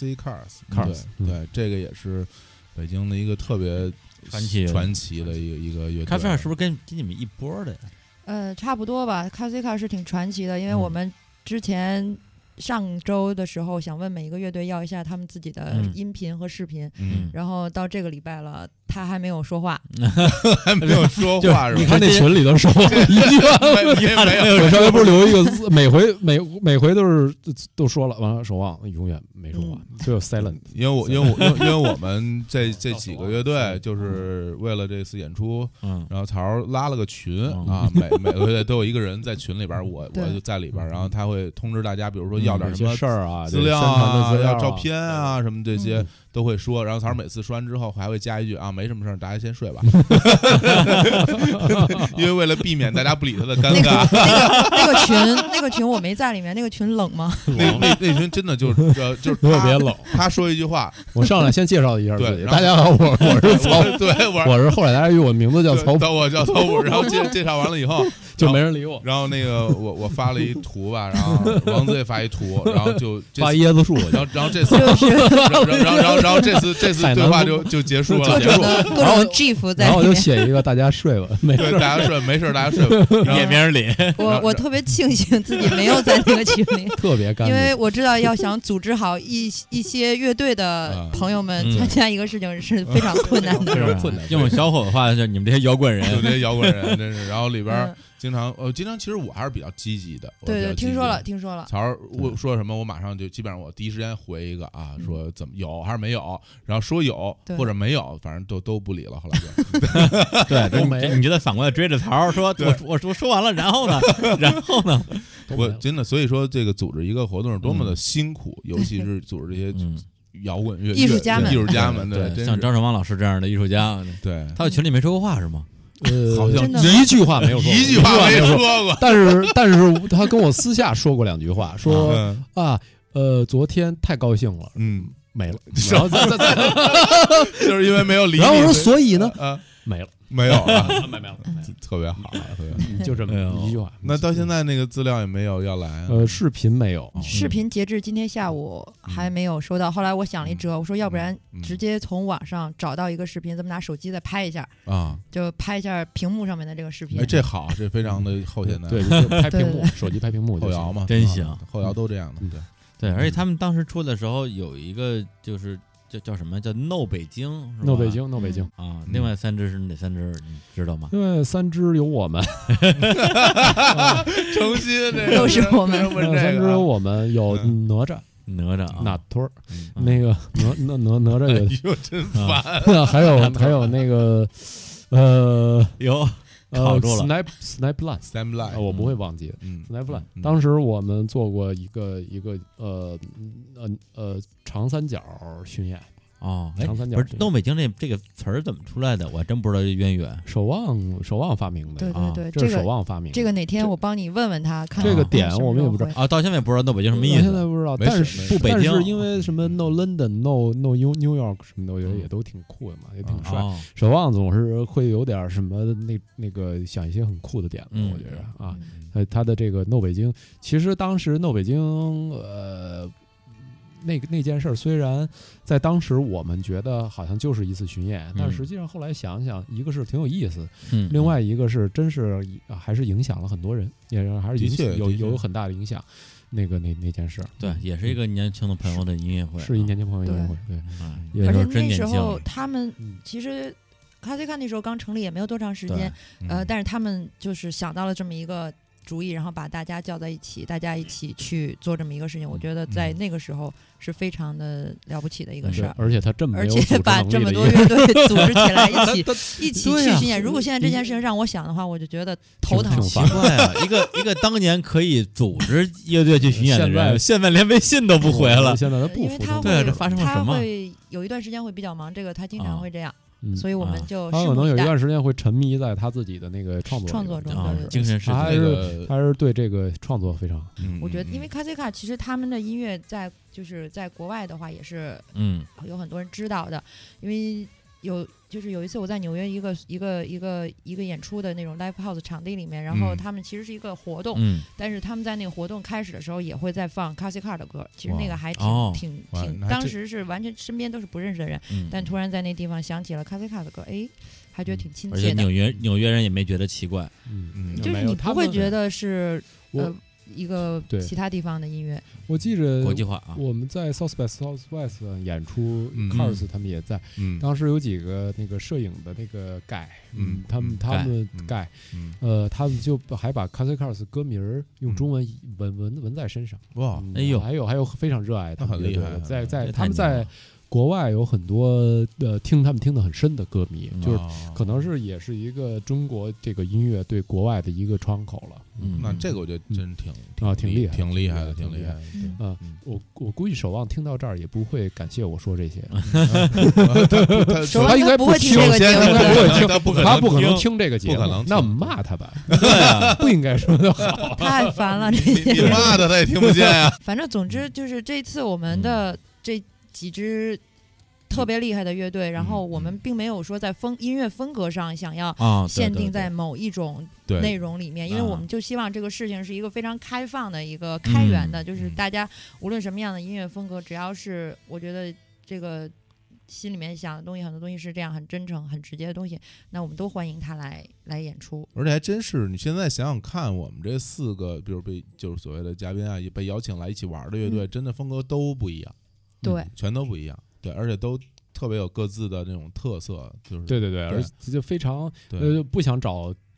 Cars， 对，这个也是北京的一个特别传奇的一个乐队。 咖啡是不是跟你们一波的呀？ 差不多吧。Cars 是挺传奇的，因为我们之前上周的时候想问每一个乐队要一下他们自己的音频和视频，然后到这个礼拜了，他还没有说话， 还没有说话是吧？ 你看那群里都说话一句话没有。我上回不是留一个，每回都说了，完了守望永远没说话，就有 silent。 因为我们这几个乐队就是为了这次演出，然后曹拉了个群啊，每个乐队都有一个人在群里边，我就在里边，然后他会通知大家，比如说要点什么事儿啊、 资料啊、要照片啊什么这些都会说，然后曹每次说完之后还会加一句啊，没什么事儿，大家先睡吧，因为为了避免大家不理他的尴尬。 那个群我没在里面，那个群冷吗？ 那群真的就是特别冷。 他说一句话， 我上来先介绍一下自己，大家好，我是曹， 对， 我是后来大家以我名字叫曹， 我叫曹武，然后介绍完了以后。 就没人理我， 然后那个我发了一图吧，然后王子也发一图，然后就发椰子树， 然后这次，然后这次对话就结束了， 各种 GIF 在里面， 然后我就写一个大家睡吧，没事， 大家睡，没事，大家睡吧， 也没人理。 我特别庆幸自己没有在那个群里， 特别干， 因为我知道要想组织好一些乐队的朋友们参加一个事情是非常困难的， 用小伙的话，就你们这些摇滚人， 真是，然后里边经常其实我还是比较积极的。 对，听说了。 曹儿我说什么，我马上就基本上我第一时间回一个啊，说怎么有还是没有，然后说有或者没有，反正都不理了。后来就对，你就得反过来追着曹儿说，我说完了，然后呢， 我真的，所以说这个组织一个活动是多么的辛苦，尤其是组织这些摇滚乐艺术家们， 对，像张守旺老师这样的艺术家， 对， 他在群里没说过话是吗？ 好像一句话没有说， 一句话没说过。 但是他跟我私下说过2句话，说昨天太高兴了，没了，然后再就是因为没有理你。 然后我说所以呢，没了。 没有了， 没了， 特别好，特别好， 就这么一句话。 那到现在那个资料也没有要来视频没有， 视频截至今天下午还没有收到。后来我想了一折，我说要不然直接从网上找到一个视频，咱们拿手机再拍一下啊， 就拍一下屏幕上面的这个视频。 哎，这好，这非常的后现代， 对，就是拍屏幕，手机拍屏幕后摇嘛， 真行， 后摇都这样的， 对，而且他们当时出的时候有一个就是叫什么叫 No 北京是吧 ？No 北京，No 北京啊！另外3支是哪3支？你知道吗？ 另外3支有我们， 诚心这又是我们 ，3支有我们，有哪吒哪托儿，那个哪吒有真烦， 还有那个有。考住了 Snipe Line， 我不会忘记。Snipe Line， 当时我们做过一个长三角巡演。长三角不是东北京这个词儿怎么出来的？我还真不知道这渊源。 守望发明的， 对， 这是守望发明的。 这个哪天我帮你问问他，看这个点我们也不知道啊，到现在也不知道东北京什么意思。 现在不知道，但是不北京， 但是因为什么 No London、No New York 什么的，我觉得也都挺酷的嘛，也挺帅。守望总是会有点什么那个想一些很酷的点子，我觉着啊，他的这个 No 北京，其实当时 No 北京那件事儿，虽然在当时我们觉得好像就是一次巡演，但实际上后来想想，一个是挺有意思，另外一个是真是还是影响了很多人，也还是有很大的影响。那件事， 对，也是一个年轻的朋友的音乐会， 是一年轻朋友音乐会，对， 而且那时候他们其实KZK那时候刚成立也没有多长时间，但是他们就是想到了这么一个主意，然后把大家叫在一起，大家一起去做这么一个事情，我觉得在那个时候是非常的了不起的一个事儿。 而且他这么而且把这么多乐队组织起来，一起去巡演。如果现在这件事情让我想的话，我就觉得头疼。 奇怪啊，一个当年可以组织乐队去巡演的人，现在连微信都不回了。 现在他不因为他对，这发生了什么？ 他会有一段时间会比较忙，这个他经常会这样。所以我们就他可能有一段时间会沉迷在他自己的那个创作中， 精神世界， 他是对这个创作非常。 我觉得，因为KZK其实他们的音乐在国外的话也是有很多人知道的，因为有一次我在纽约一个演出的那种 live house 场地里面，然后他们其实是一个活动，但是他们在那个活动开始的时候也会在放 KZK 的歌，其实那个还挺当时是完全身边都是不认识的人，但突然在那地方想起了 KZK 的歌，哎，还觉得挺亲切的。 而且纽约人也没觉得奇怪， 就是你不会觉得是一个其他地方的音乐。 我记着国际化啊， 我们在 South by Southwest 演出，Cars 他们也在，当时有几个那个摄影的那个盖，他们盖，他们就还把 Cars 歌名用中文纹在身上。 哇， 哎呦， 还有非常热爱他们， 很厉害， 在他们在国外有很多听他们听得很深的歌迷，就是可能是也是一个中国这个音乐对国外的一个窗口了。 那这个我觉得真挺厉害， 挺厉害的。 我估计守望听到这儿也不会感谢我说这些， 他应该不会听这个节目， 他不可能听这个节目，那我们骂他吧，对啊，不应该说的好， 太烦了，这些你骂的他也听不见呀。 反正总之就是这次我们的这几支特别厉害的乐队，然后我们并没有说在音乐风格上想要限定在某一种内容里面，因为我们就希望这个事情是一个非常开放的一个开源的，就是大家无论什么样的音乐风格，只要是我觉得这个心里面想的东西，很多东西是这样很真诚很直接的东西，那我们都欢迎他来演出。 而且还真是，你现在想想看，我们这4个比如就是所谓的嘉宾啊，被邀请来一起玩的乐队，真的风格都不一样， 对， 全都不一样。对，而且都特别有各自的那种特色，就是对，而且就非常不想找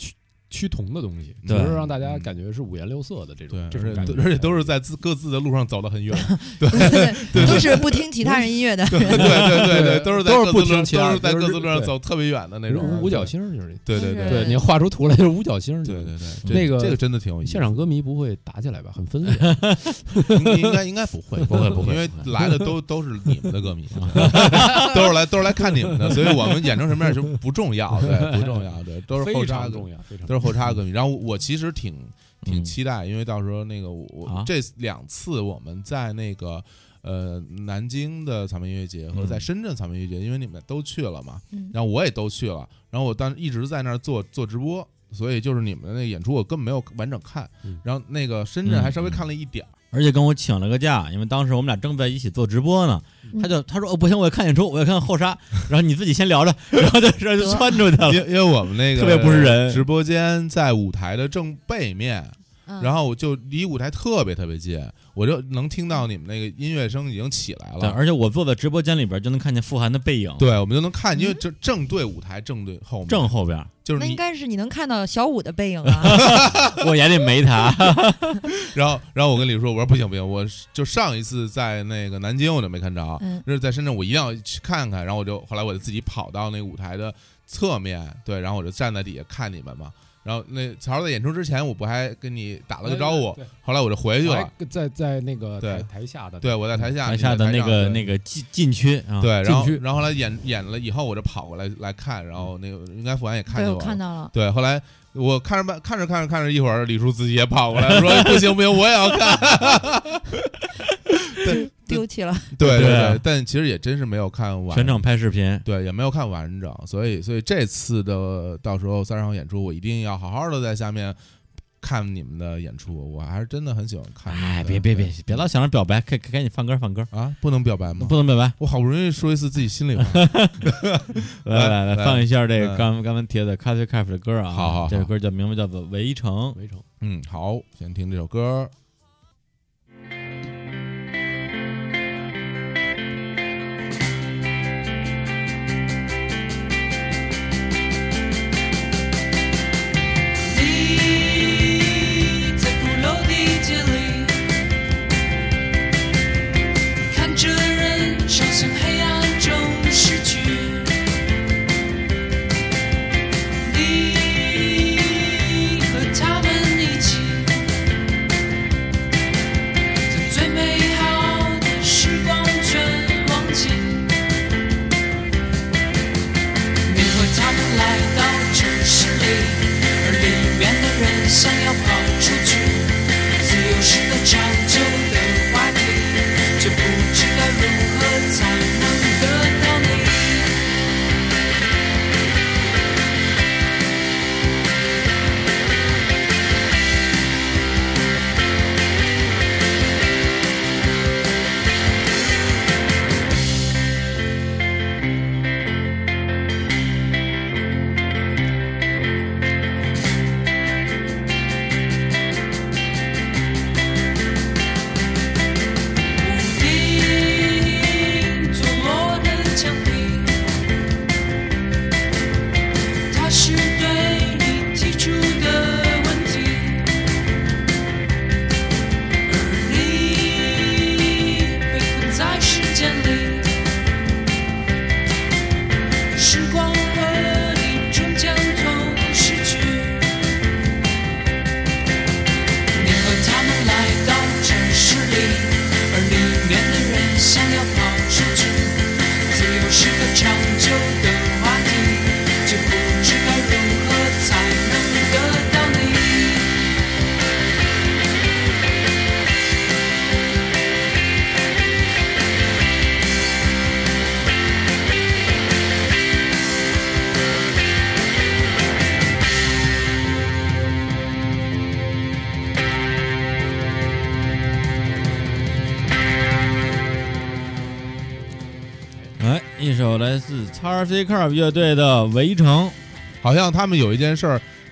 趋同的东西， 对， 就是让大家感觉是五颜六色的这种感觉， 而且都是在各自的路上走得很远， 对，都是不听其他人音乐的， 对，都是不听其他， 都是在各自路上走特别远的那种五角星，就是对， 你画出图来就是五角星， 对， 那个这个真的挺有意思。 现场歌迷不会打起来吧？很分裂， 应该不会， 因为来的都是你们的歌迷，都是来看你们的，所以我们演成什么样是不重要，对，不重要，对，都是后插重要， 都是后插歌迷。然后我其实挺期待，因为到时候那个我这2次我们在那个南京的草莓音乐节和在深圳草莓音乐节，因为你们都去了嘛，然后我也都去了，然后我当时一直在那儿做直播，所以就是你们的那个演出我根本没有完整看，然后那个深圳还稍微看了一点。 而且跟我请了个假，因为当时我们俩正在一起做直播呢，他说不行，我要看演出，我要看后沙，然后你自己先聊着，然后就窜出去了。 因为我们那个特别不是人， 直播间在舞台的正背面，然后我就离舞台特别近，我就能听到你们那个音乐声已经起来了。 对，而且我坐在直播间里边就能看见傅涵的背影。 对，我们就能看，因为正对舞台，正对后面， 正后边。 就是那应该是你能看到小五的背影啊， 我眼里没他。 然后我跟李叔说，我说不行，我就上一次在那个南京我就没看着，就是在深圳我一定要去看看，然后后来我就自己跑到那个舞台的侧面，对，然后我就站在底下看你们嘛。然后那曹在演出之前，我不还跟你打了个招呼，后来我就回去了， 在那个台下的， 对，我在台下的那个禁区啊， 对，然后后来演了以后，我就跑过来看，然后那个应该傅涵也看见我， 我看到了， 对，后来我看着一会儿，李叔自己也跑过来说不行，我也要看。对， 丢弃了。 对，但其实也真是没有看完全场拍视频， 对，也没有看完整，所以这次的到时候30号演出，我一定要好好的在下面看你们的演出，我还是真的很喜欢看。 哎，别老想着表白，赶紧放歌啊！ 不能表白吗？ 不能表白， 我好不容易说一次自己心里话。 来放一下这个刚刚贴的 Cathy Cafe 的歌啊， 好， 这个歌名字叫做《围城》。 好，先听这首歌。 想要跑出去，自由是个长久的话题，却不知该如何才能得到你。 一首来自 XRC Club 乐队的《围城》， 好像他们有一件事儿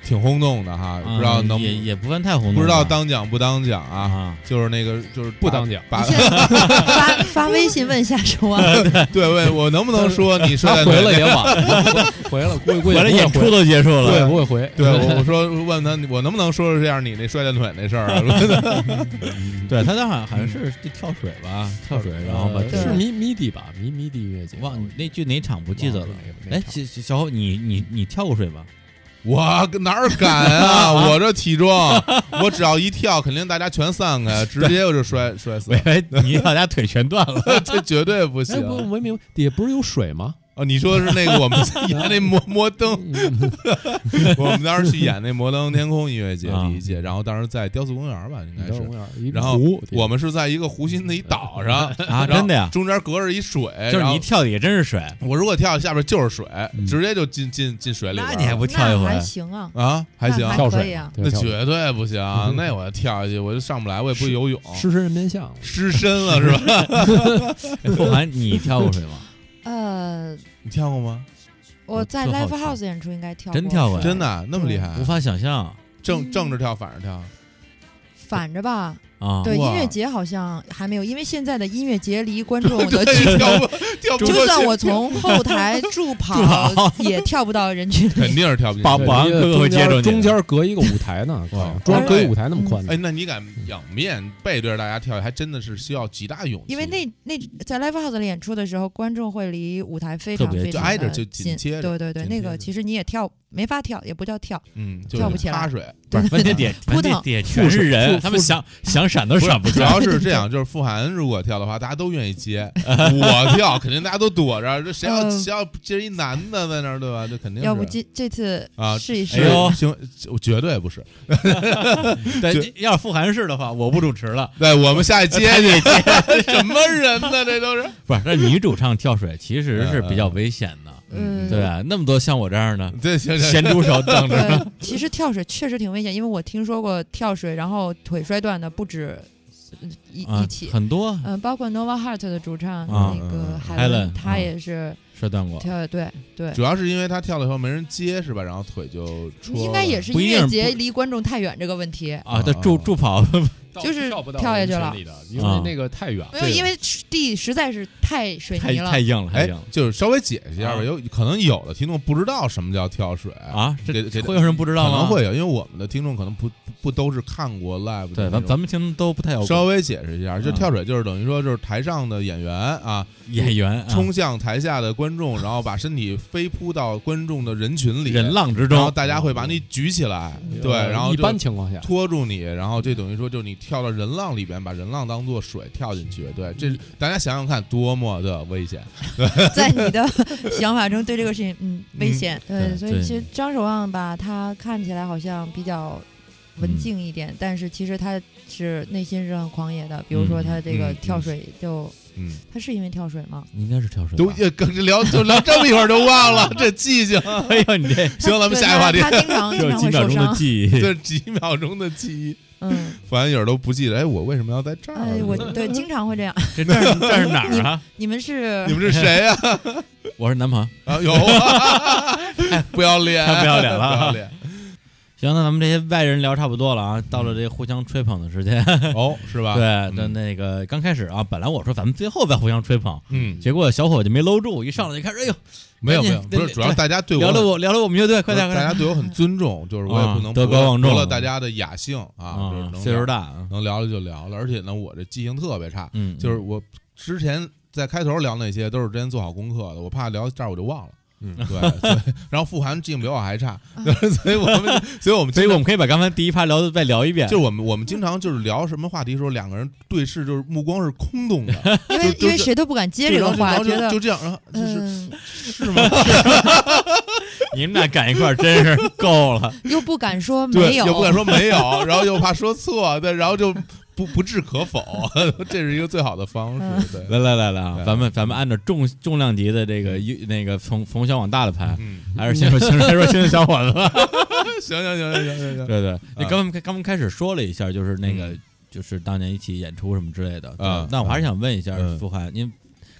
挺轰动的哈，不知道能也不算太轰动， 不知道当奖不当奖啊？就是那个就是不当奖， 发微信问一下说啊， 对，问我能不能说你睡在回了也晚，回了回来演出都结束了， 对，不会回。 对，我说问他我能不能说这样你那摔断腿那事儿啊？ 对他好像是跳水吧，跳水，然后把是迷笛吧，迷笛音乐节， 忘那剧哪场不记得了。哎，小侯，你跳过水吧？ 我哪儿敢啊！我这体重，我只要一跳，肯定大家全散开，直接我就摔死。 你大家腿全断了， 这绝对不行。 我明白，底下不是有水吗？ 哦，你说的是那个我们演那摩登，我们当时去演那摩登天空音乐节第一届，然后当时在雕塑公园吧，应该是，然后我们是在一个湖心的一岛上啊，真的呀， 中间隔着一水， 就是你一跳也真是水， 我如果跳下边就是水，直接就进水里边， 那你还不跳一回？ 还行啊， 还行， 跳水啊， 那绝对不行，那我跳下去我就上不来，我也不游泳， 狮身人面像， 失身了是吧？ 傅涵，你跳过水吗？ 你跳过吗？ 我在 Live House 演出应该跳过， 真跳过， 真的那么厉害， 无法想象。 正着跳，反着跳， 反着吧。 啊， 对，音乐节好像还没有，因为现在的音乐节离观众的跳不就算我从后台助跑也跳不到人群里， 肯定是跳不进去。 保安哥哥会接着， 中间隔一个舞台呢，中间隔一个舞台那么宽。 哎，那你敢仰面背对着大家跳，还真的是需要极大勇气。 因为那在 Live House 里演出的时候，观众会离舞台非常非常挨着就紧接着。 对，那个其实你也没法跳，也不叫跳， 跳不起来。 趴水， 不是，问题点全是人，他们想闪都闪不。 主要是这样，就是傅涵如果跳的话，大家都愿意接；我跳，肯定大家都躲着。这谁要接一男的在那儿，对吧？这肯定是。 要不这次啊， 试一试。 行，绝对不是。 对，要是傅涵是的话，我不主持了。 对，我们下去接你。什么人呢？这都是不是？那女主唱跳水其实是比较危险的。对啊，那么多像我这样的， 对， 咸猪手等着。 其实跳水确实挺危险，因为我听说过跳水然后腿摔断的不止一起， 很多。 包括 Nova Heart 的主唱那个 Helen， 他也是摔断过。 对， 主要是因为他跳了以后没人接，是吧？然后腿就戳了。 应该也是音乐节离观众太远这个问题啊。他助跑。 就是跳下去了， 因为那个太远， 没有，因为地实在是太水泥了， 太硬了，太硬了。 就是稍微解释一下吧，可能有的听众不知道什么叫跳水啊，会有人不知道吗？ 可能会有，因为我们的听众可能不都是看过 live 的， 对，咱们听都不太有。 稍微解释一下，就跳水就是等于说就是台上的演员啊，冲向台下的观众，然后把身体飞扑到观众的人群里， 人浪之中， 然后大家会把你举起来，对，然后一般情况下拖住你，然后这等于说就是你跳到人浪里边，把人浪当做水跳进去，对，这大家想想看多么的危险。 在你的想法中，对这个事情，危险，对，所以其实张守望吧，他看起来好像比较文静一点，但是其实他是内心是很狂野的。比如说他这个跳水就，他是因为跳水吗？ 应该是跳水。 都聊这么一会儿就忘了，这记性。 哎呦，你这行，咱们下一个话题。 他经常会受伤。 对，几秒钟的记忆。反正都不记得。哎，我为什么要在这儿？ 我对经常会这样。 这是哪儿啊？ 你们是谁呀？ 我是男朋友啊，有不要脸， 太不要脸了， 不要脸。 行，那咱们这些外人聊差不多了啊，到了这互相吹捧的时间是吧？ 对，那个刚开始啊，本来我说咱们最后再互相吹捧， 结果小伙就没搂住，一上来就开始，哎呦， 没有，不是，主要大家对我聊聊我们乐队，快点， 大家对我很尊重，就是我也不能德高望重了大家的雅兴啊， 岁数大， 能聊了就聊了，而且呢，我这记性特别差，就是我之前在开头聊那些都是之前做好功课的，我怕聊这儿我就忘了。对，然后傅涵记性比我还差，所以我们可以把刚才第一趴聊的再聊一遍。 就是我们经常就是聊什么话题的时候，两个人对视，就是目光是空洞的， 因为谁都不敢接这个话，觉得就这样，然后是吗？ 你们俩赶一块真是够了， 又不敢说没有， 又不敢说没有，然后又怕说错，对，然后就。不置可否，这是一个最好的方式。对， 来啊，咱们按照重量级的这个那个从小往大的排，还是先说青年小伙子吧。 行， 对，你刚开始说了一下，就是那个就是当年一起演出什么之类的。那我还是想问一下傅涵，您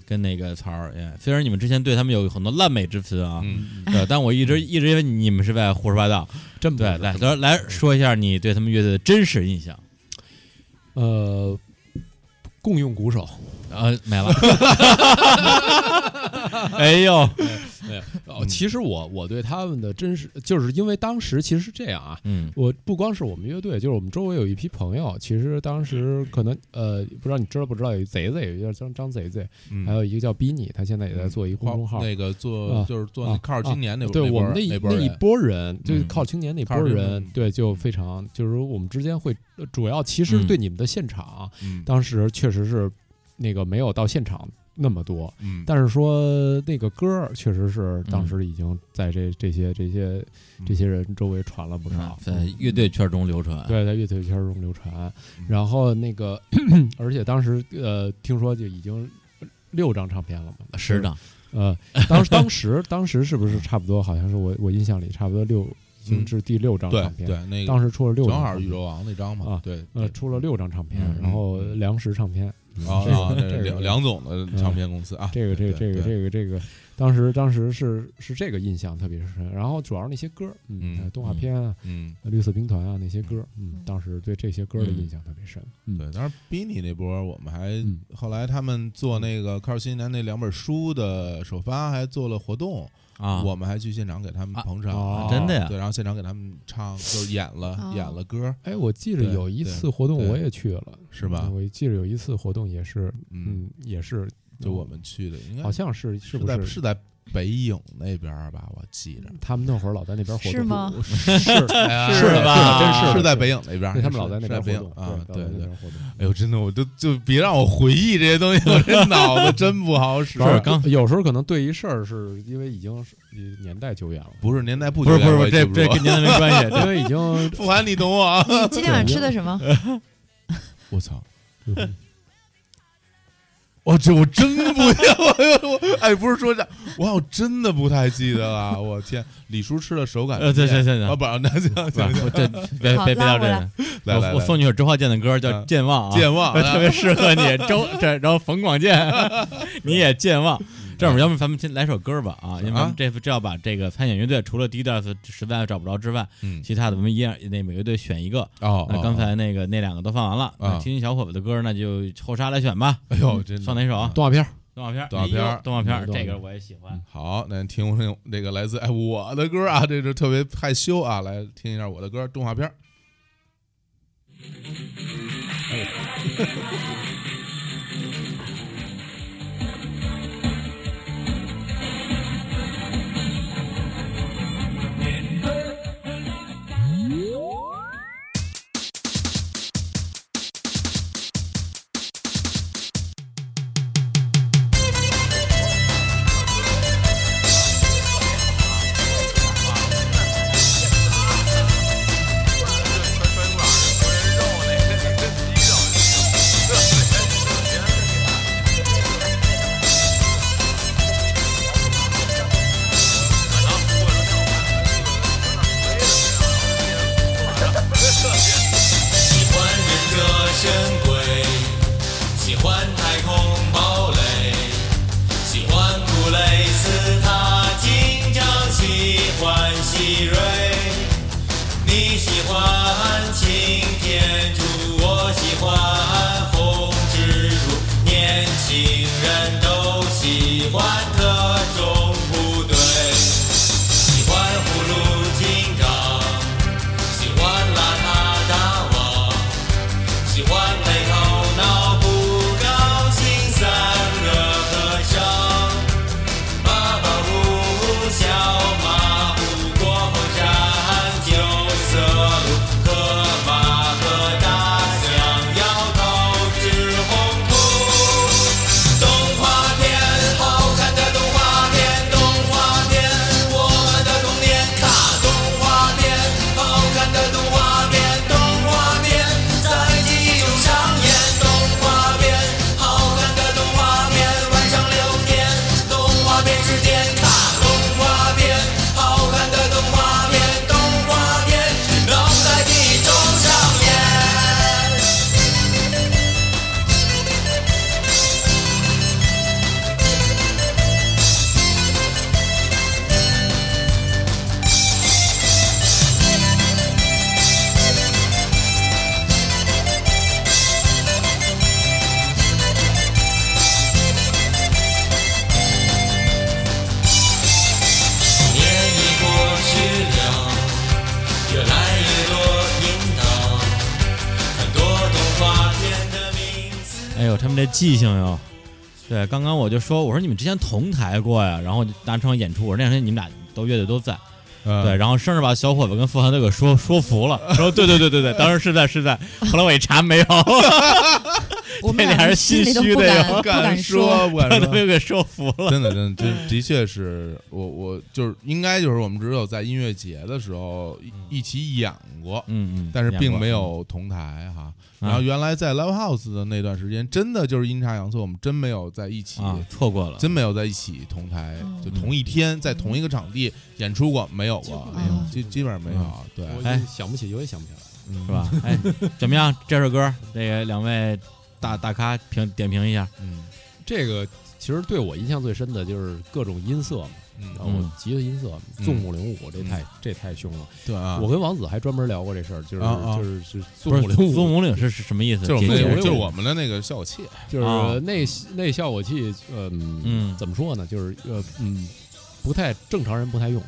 跟那个曹儿，虽然你们之前对他们有很多烂美之词啊，对，但我一直以为你们是在胡说八道， 真对，来说一下你对他们乐队的真实印象。 共用鼓手， 没了。哎呦， 其实我对他们的真实，就是因为当时其实是这样啊，我不光是我们乐队，就是我们周围有一批朋友，其实当时可能不知道你知道不知道，有贼贼，有一个叫张贼贼，还有一个叫 Bini， 他现在也在做一个公众号， 那个就是做那靠青年那对我们那一波人，就是靠青年那波人，对，就非常就是我们之间会主要其实对你们的现场，当时确实是那个没有到现场那么多，但是说那个歌确实是当时已经在这些人周围传了不少， 在乐队圈中流传， 对，在乐队圈中流传。然后那个，而且当时听说就已经6张唱片了嘛 ，10张。 当时是不是差不多？好像是我印象里差不多已经是第6张唱片。 对，那个当时出了6张， 正好宇宙王那张嘛。对， 出了6张唱片，然后粮食唱片。 梁总的唱片公司啊， 这个，当时是这个印象特别深。然后主要是那些歌，动画片啊，绿色兵团啊那些歌，当时对这些歌的印象特别深。 对，当时 Bini 那波，我们还后来他们做那个靠新年那2本书的首发，还做了活动。我们还去现场给他们捧场， 真的呀？ 对，然后现场给他们唱，就是演了歌。 哎，我记得有一次活动我也去了， 是吧？ 我记得有一次活动也是，也是就我们去的，应该好像是不是是在北影那边吧？我记着， 他们那会儿老在那边活动， 是吗？ 是的吧？ 真是在北影那边， 他们老在那边活动啊，对。 哎呦，真的，我就别让我回忆这些东西，我这脑子真不好使。 有时候可能对一事儿是因为已经年代久远了， 不是年代不久远， 不是这跟年代没关系， 因为已经富含你懂我啊。 你今天晚上吃的什么？ 我操！我真不我哎，不是说这，我真的不太记得了。我天，李叔吃了手感对， 不，那行， 别到这个。 来， 我送你首周华健的歌，叫《健忘》啊， 健忘特别适合你。然后冯广健，你也健忘。这样，要不咱们先来首歌吧啊，因为咱们这要把这个参演乐队除了第一段实在找不着之外，其他的我们一样每个乐队选一个。那刚才那2个都放完了，听听小伙子的歌，那就后沙来选吧。 哎呦，真放哪首啊？ 动画片， 这个我也喜欢。 好，那听那个来自我的歌啊，这是特别害羞啊，来听一下我的歌，动画片。 哎呦，他们这记性哟。对，刚刚我就说，我说你们之前同台过呀，然后就达成演出，我说那两天你们俩都乐队都在。对，然后生日把小伙子跟傅涵都给说服了，说对，当时是在，后来我一查没有， 我们俩是心虚的， 不敢说， 都给说服了。 真的，的确是我就是应该就是我们只有在音乐节的时候一起演过，但是并没有同台哈。然后原来在 Live House 的那段时间，真的就是阴差阳错，我们真没有在一起， 错过了， 真没有在一起同台，就同一天在同一个场地演出过，没有过，基本上没有。对， 哎，想不起，永远想不起来， 是吧？哎，怎么样？这首歌，这个两位大咖点评一下。 这个其实对我印象最深的就是各种音色嘛。然后吉他音色，纵目05，这太凶了。 对啊， 我跟王子还专门聊过这事儿，就是纵目05。 纵目05是什么意思？ 就是我们的那个效果器， 就是那效果器，怎么说呢？就是不太正常人不太用。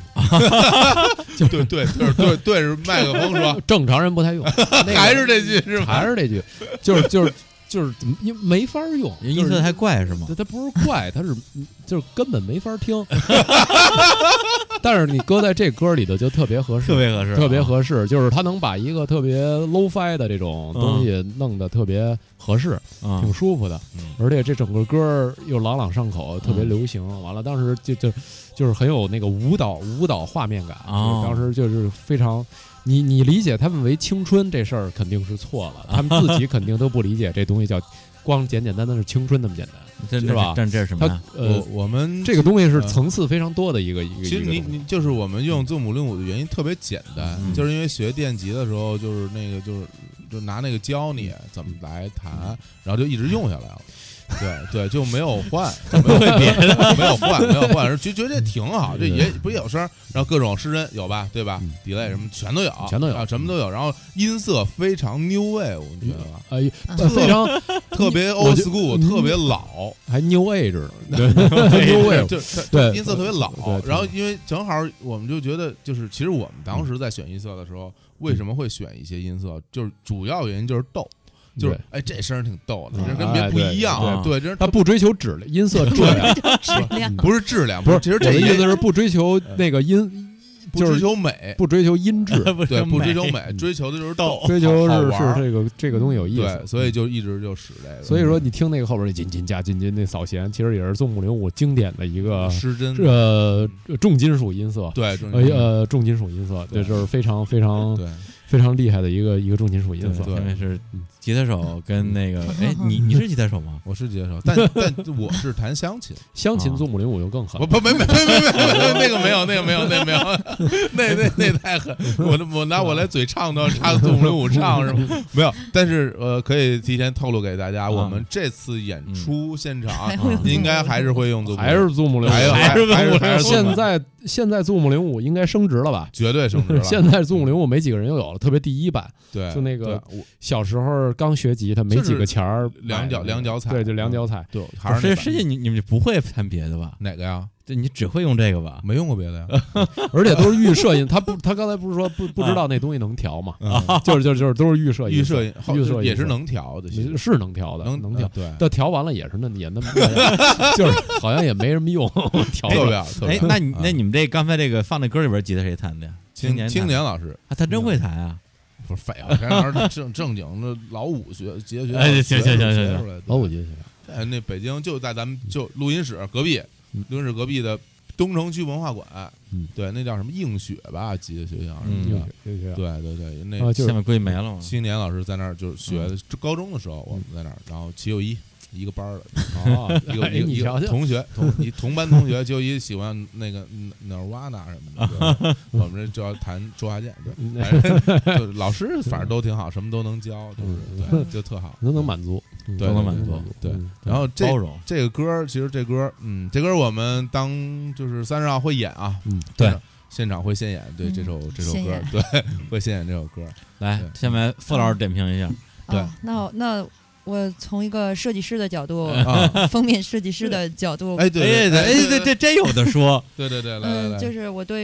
对，是麦克风说正常人不太用， 还是这句是吧？ 还是这句，就是怎么没法用， 音色太怪是吗？ 它不是怪，它是就是根本没法听。但是你搁在这歌里头就特别合适，特别合适，就是它能把一个特别 low-fi 的这种东西弄得特别合适，挺舒服的。而且这整个歌又朗朗上口，特别流行。完了，当时就是很有那个舞蹈画面感。当时就是非常。你理解他们为青春这事儿肯定是错了，他们自己肯定都不理解这东西叫光简单的是青春那么简单，是吧？ 这是什么呀？ 我们这个东西是层次非常多的一个。 其实你就是我们用字母05的原因特别简单，就是因为学电吉的时候就是那个就拿那个教你怎么来弹，然后就一直用下来了。对，就没有换，没有别的，没有换，就觉得这挺好，这也不有声，然后各种失真有吧，对吧？delay 什么全都有，什么都有，然后音色非常 new wave， 你觉得吧？ 非常特别 old school， 特别老， 还 new age 呢， 对 new wave， 对，音色特别老。然后因为正好我们就觉得，就是其实我们当时在选音色的时候，为什么会选一些音色，就是主要原因就是逗。就是这声挺逗的，这跟别不一样。对，这他不追求质量，音色质量， 不是质量， 不是。 其实这意思是不追求那个音， 不追求美， 不追求音质， 对，不追求美，追求的就是逗， 追求是这个东西有意思。 对，所以就一直就使这个。 所以说你听那个后边那进进加进进那扫弦，其实也是纵目05经典的一个失真重金属音色。 对， 重金属音色，这就是非常非常非常厉害的一个重金属音色。 因为是吉他手跟那个，哎，你是吉他手吗？ 我是吉他手，但我是弹乡琴， 纵目05就更狠。 不，没，那个没有，那太狠。我拿我来嘴唱都要插纵目05唱是吗？没有，但是可以提前透露给大家，我们这次演出现场应该还是会用纵目， 还是纵目05， 还是现在纵目05应该升值了吧？ 绝对升值了。 现在纵目05没几个人又有了，特别第一版， 对， 就那个小时候刚学吉他没几个钱儿， 两脚踩， 对，就两脚踩。 对，还是实际你们不会弹别的吧？ 哪个呀？ 对，你只会用这个吧？ 没用过别的呀， 而且都是预设音。他刚才不是说不知道那东西能调吗？就是都是预设音， 预设也是能调的， 是能调的，能调。 对， 但调完了也是那么，就是好像也没什么用。调不了。 哎，那你们这刚才这个放那歌里边吉他谁弹的呀？ 青年老师， 他真会弹啊！ 不是废话，这正经的老五吉他学校。 哎，行， 老五吉他学校。那北京就在咱们就录音室隔壁的东城区文化馆。对，那叫什么映雪吧，吉他学校。对，那下面估计没了嘛。 青年老师在那儿就是学高中的时候，我们在那儿，然后齐友一。一个班的一个同学同班同学就喜欢那个Nirvana什么的，我们这就要弹周华健，对，就老师反正都挺好，什么都能教，对，就特好， 能满足， 对， 能满足， 对。然后这个歌，其实这歌我们当就是30号会演啊， 对， 现场会现演，对这首歌，对，会现演这首歌。 来，下面傅老师点评一下， 对， 那。我从一个设计师的角度，封面设计师的角度， 对，这有的说， 对，来， 就是我对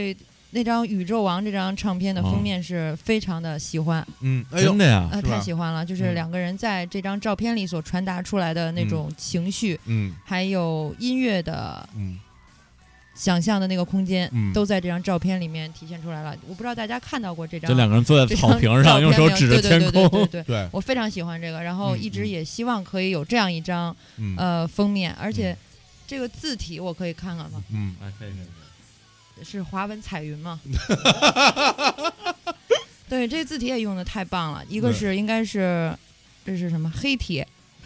那张《宇宙王》这张唱片的封面是非常的喜欢， 真的呀， 太喜欢了，就是两个人在这张照片里所传达出来的那种情绪，还有音乐的，想象的那个空间，都在这张照片里面体现出来了。我不知道大家看到过这张， 这两个人坐在草坪上，用手指着天空， 对，我非常喜欢这个，然后一直也希望可以有这样一张封面，而且这个字体我可以看看吗？ 可以。 是华文彩云吗？对，这个字体也用的太棒了。一个是应该是这是什么黑体？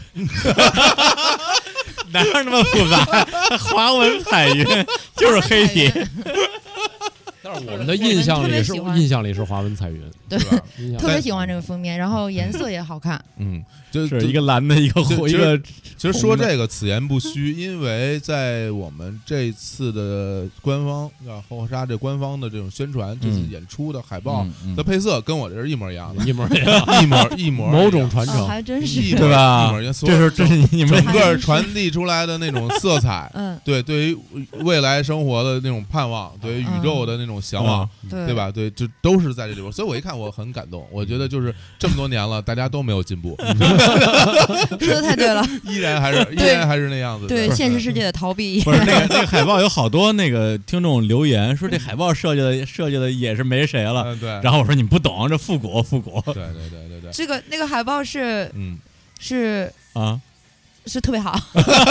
哪有那么复杂？华文彩云就是黑体。 但是我们的印象里是华文彩云， 对，特别喜欢这个封面，然后颜色也好看。 就是一个蓝的，一个红，一个。 其实说这个此言不虚，因为在我们这次的官方后沙这官方的这种宣传，这次演出的海报的配色跟我这是一模一样的， 一模一样， 某种传承， 还真是对吧？这是你们整个传递出来的那种色彩，对于未来生活的那种盼望，对于宇宙的那种向往，对吧？对，就都是在这里边。所以我一看我很感动，我觉得就是这么多年了，大家都没有进步。 说的太对了， 依然还是那样子。 对现实世界的逃避。 不是那个海报有好多那个听众留言说这海报设计的也是没谁了。 对。 然后我说你不懂，这复古。 对。 这个那个海报是是特别好。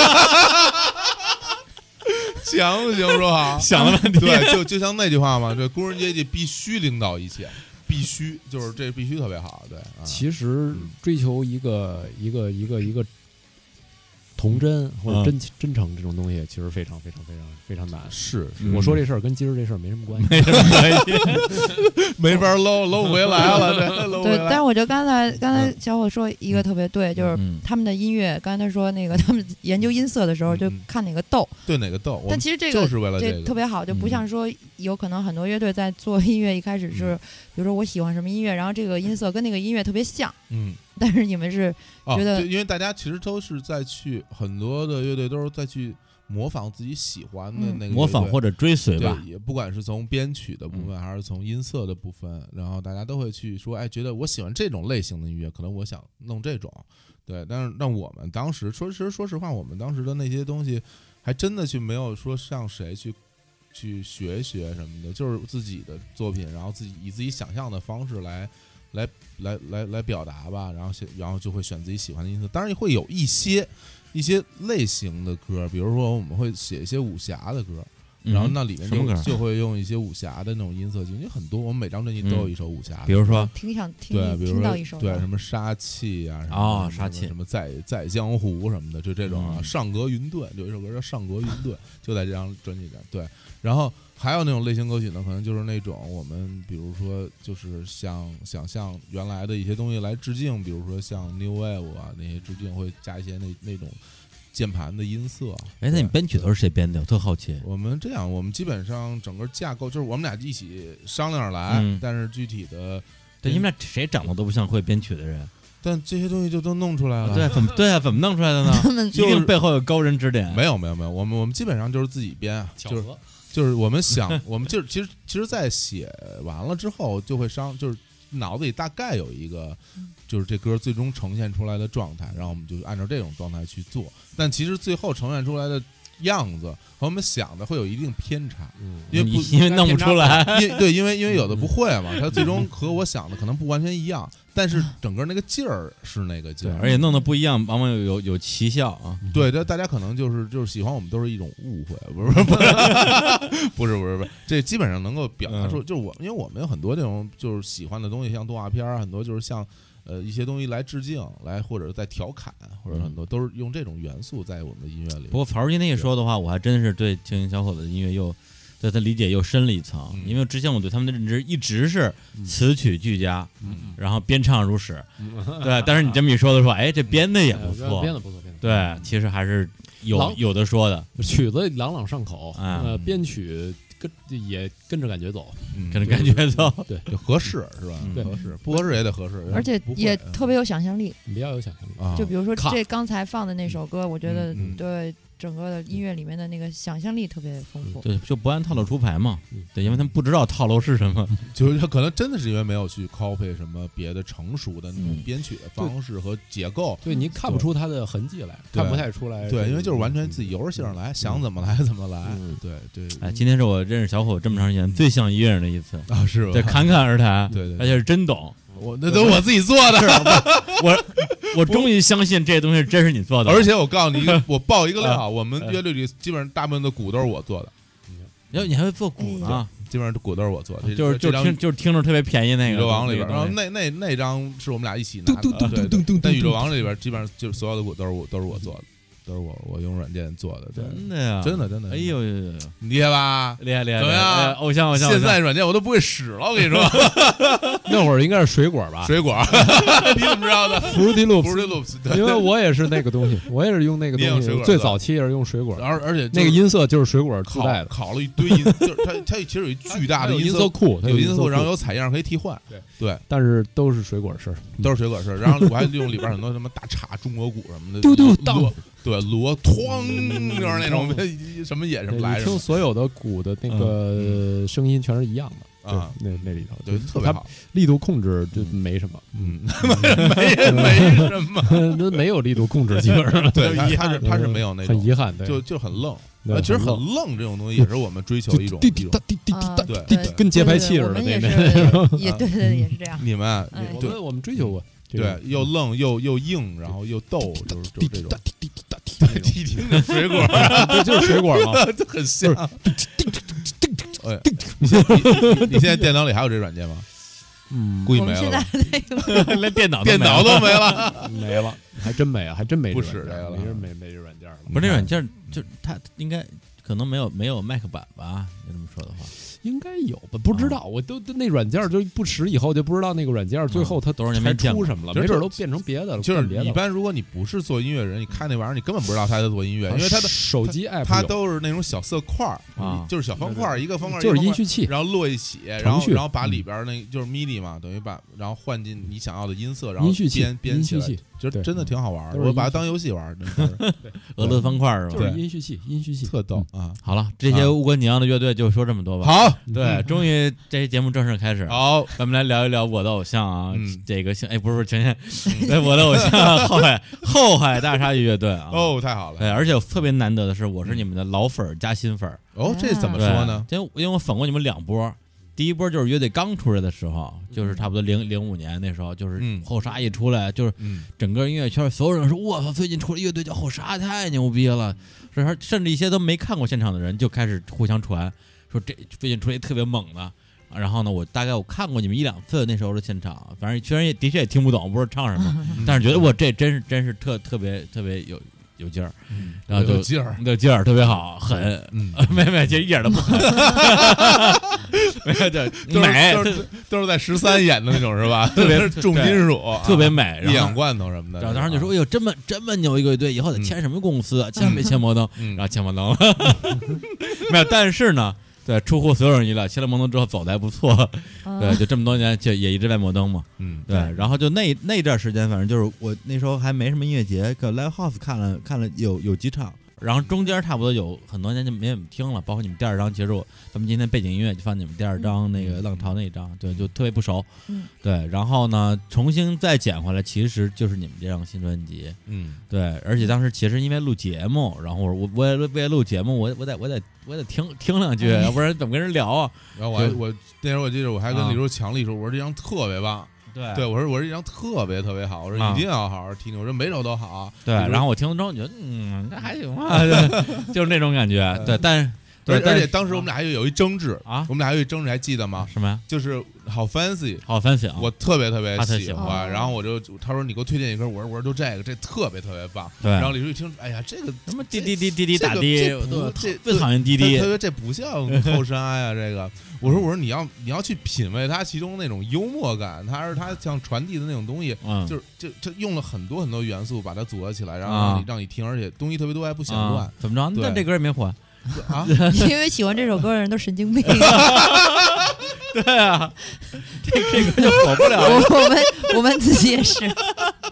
行不行？说好， 想了半天。 对，就像那句话嘛，这工人阶级必须领导一切。必须就是这必须特别好，对。 其实追求一个童真或者真诚这种东西，其实非常非常非常非常难。 是我说这事儿跟今儿这事儿没什么关系， 没法搂回来了。 对，但是我觉得刚才小伙说一个特别对，就是他们的音乐。刚才他说那个他们研究音色的时候，就看哪个逗， 对哪个逗。 但其实这个就是为了这特别好，就不像说有可能很多乐队在做音乐一开始是，比如说我喜欢什么音乐，然后这个音色跟那个音乐特别像，但是你们是觉得， 因为大家其实都是在去很多的乐队都是在去模仿自己喜欢的那个模仿或者追随吧， 也不管是从编曲的部分还是从音色的部分，然后大家都会去说，哎，觉得我喜欢这种类型的音乐，可能我想弄这种，对。但是我们当时说实话，我们当时的那些东西，还真的去没有说向谁去学一学什么的，就是自己的作品，然后以自己想象的方式来表达吧，然后就会选自己喜欢的音色。当然会有一些类型的歌，比如说我们会写一些武侠的歌，然后那里面就会用一些武侠的那种音色进去，很多。我们每张专辑都有一首武侠的， 比如说挺想听到一首， 对什么杀气啊， 杀气， 什么在江湖什么的，就这种啊。上阁云顿有一首歌叫上阁云顿，就在这张专辑里。对，然后还有那种类型歌曲呢，可能就是那种我们比如说就是想象原来的一些东西来致敬，比如说像 New Wave 啊那些致敬，会加一些那种键盘的音色。 哎，那你编曲都是谁编的？我特好奇。 我们基本上整个架构就是我们俩一起商量着来，但是具体的， 对，你们俩谁长得都不像会编曲的人。 但这些东西就都弄出来了。 对，怎么弄出来的呢？一定背后有高人指点。 没有，我们基本上就是自己编啊，就是我们我们就是其实在写完了之后就会就是脑子里大概有一个，就是这歌最终呈现出来的状态，然后我们就按照这种状态去做。但其实最后呈现出来的样子和我们想的会有一定偏差，因为弄不出来， 因为有的不会嘛，它最终和我想的可能不完全一样，但是整个那个劲儿是那个劲儿， 而且弄得不一样，往往有奇效啊。 对，大家可能就是喜欢我们都是一种误会，不是，这基本上能够表达出，就是因为我们有很多这种就是喜欢的东西，像动画片很多就是像。一些东西来致敬，或者在调侃，或者很多都是用这种元素在我们的音乐里。 不过曹叔今天一说的话，我还真是对青年小伙子的音乐又对他理解又深了一层。因为之前我对他们的认知一直是词曲俱佳，然后编唱如史。对，但是你这么一说的说，哎，这编的也不错， 编的不错。 对，其实还是有的说的， 曲子朗朗上口，编曲。也跟着感觉走， 跟着感觉走， 对， 合适是吧？ 对， 合适不合适也得合适， 而且也特别有想象力， 比较有想象力。 就比如说这刚才放的那首歌，我觉得对整个的音乐里面的那个想象力特别丰富。 对，就不按套路出牌嘛。对，因为他们不知道套路是什么， 就是他可能真的是因为没有去 copy 什么别的成熟的那种编曲的方式和结构， 对，你看不出他的痕迹来，看不太出来。 对，因为就是完全自己由着性儿来，想怎么来怎么来。对对。 哎，今天是我认识小伙这么长时间最像音乐人的一次啊，是吧？ 对，侃侃而谈， 对对， 而且是真懂。 那都我自己做的， 我终于相信这些东西真是你做的。 而且我告诉你，我爆一个料，我们乐队里基本上大部分的鼓都是我做的。 然后你还会做鼓呢？ 基本上鼓都是我做的， 就是听着特别便宜那个宇宙王里边，然后那张是我们俩一起拿的，对。但宇宙王里边基本上就是所有的鼓都是我做的。都是我用软件做的， 真的呀， 真的， 哎呦， 厉害吧？ 厉害， 怎么样？ 偶像， 现在软件我都不会使了，我跟你说。 那会儿应该是水果吧？ 水果，你怎么知道的 ？Fruity Loops， 因为我也是那个东西，我也是用那个东西，最早期也是用水果， 而且那个音色就是水果自带的， 考了一堆音，就是它其实有一巨大的音色库， 有音色库，然后有采样可以替换，对， 但是都是水果声， 都是水果声，然后我还利用里边很多什么大镲、中国鼓什么的， 丢当。 对，锣哐，就是那种什么也什么来着。 听所有的鼓的那个声音全是一样的啊， 那里头对特别好， 力度控制就没什么， 没什么， 没有力度控制，基本上对，他是没有那种， 很遗憾， 就很愣。其实很愣这种东西也是我们追求一种滴滴跟节拍器似的， 也对，也是这样。 你们对，我们追求过。 对，又愣又硬，然后又逗，就是这种。滴听着水果， 对，就是水果嘛， 就很像。你现在电脑里还有这软件吗？估计没了。 连电脑都没了， 没了，还真没啊，还真没不使这个了， 没这软件了。 不是那软件，就它应该可能没有Mac版吧？你这么说的话。 应该有吧？不知道，我都那软件就不使以后就不知道那个软件最后它多少年没出什么了，没准都变成别的了。 就是一般如果你不是做音乐人，你看那玩意儿，你根本不知道他在做音乐，因为他的手机 app 它都是那种小色块啊，就是小方块，一个方块就是音序器， 然后摞一起，然后把里边那就是 MIDI 嘛，等于然后换进你想要的音色，然后编起来，就真的挺好玩。我把它当游戏玩，真是俄罗斯方块是吧？ 对，音序器特逗啊！ 好了，这些无关紧要的乐队就说这么多吧。 好， 对，终于这期节目正式开始。 好， 咱们来聊一聊我的偶像啊，这个不是全我的偶像后海大鲨鱼乐队啊。 哦，太好了！ 对，而且特别难得的是，我是你们的老粉加新粉。 哦，这怎么说呢？ 因为我粉过你们2波。第一波就是乐队刚出来的时候，就是差不多05年那时候，就是后沙一出来，就是整个音乐圈所有人说，我操，最近出了乐队叫后沙，太牛逼了。甚至一些都没看过现场的人就开始互相传，说这最近出来特别猛的。然后呢，我大概看过你们1-2次那时候的现场，反正虽然的确也听不懂，不知道唱什么，但是觉得我这真是特别有劲儿，然后就有劲儿特别好，狠，没，其实一点都不狠，没有，就美， 都是在13演的那种是吧？特别重金属， 特别美， 一氧罐头什么的。 然后当时就说，哎呦，这么牛一个乐队，以后得签什么公司？千万别签摩登，然后签摩登了，没有，但是呢。对，出乎所有人意料，签了摩登之后走的还不错，对，就这么多年就也一直在摩登嘛，对，然后就那段时间，反正就是我那时候还没什么音乐节，搁 Live House 看了有几场，然后中间差不多有很多年就没怎么听了，包括你们第2张，其实咱们今天背景音乐就放你们第2张那个浪潮那一张，对，就特别不熟，对，然后呢重新再捡回来，其实就是你们这张新专辑，对，而且当时其实因为录节目，然后我为了录节目，我得听2句，要不然怎么跟人聊啊？ 然后我那时候我记得我还跟李叔强力说，我说这张特别棒。对，我说这张特别好，我说一定要好好听，我说每首都好。 对，然后我听了之后，觉得这还行啊，就是那种感觉。对，而且当时我们俩还有一争执啊，我们俩还有一争执，还记得吗？ 什么呀？ 就是好 fancy， 我特别喜欢。然后他说你给我推荐一歌，我说就这特别棒。 对， 然后李叔一听，哎呀，这个什么滴滴打滴， 这最讨厌滴滴。 他说这不像后沙呀，这个。我说你要去品味它其中那种幽默感，它想传递的那种东西，就用了很多元素把它组合起来，然后让你听，而且东西特别多还不嫌乱。 怎么着？那这歌也没火啊？ 因为喜欢这首歌的人都神经病。 对啊，这歌就火不了。 我们自己也是。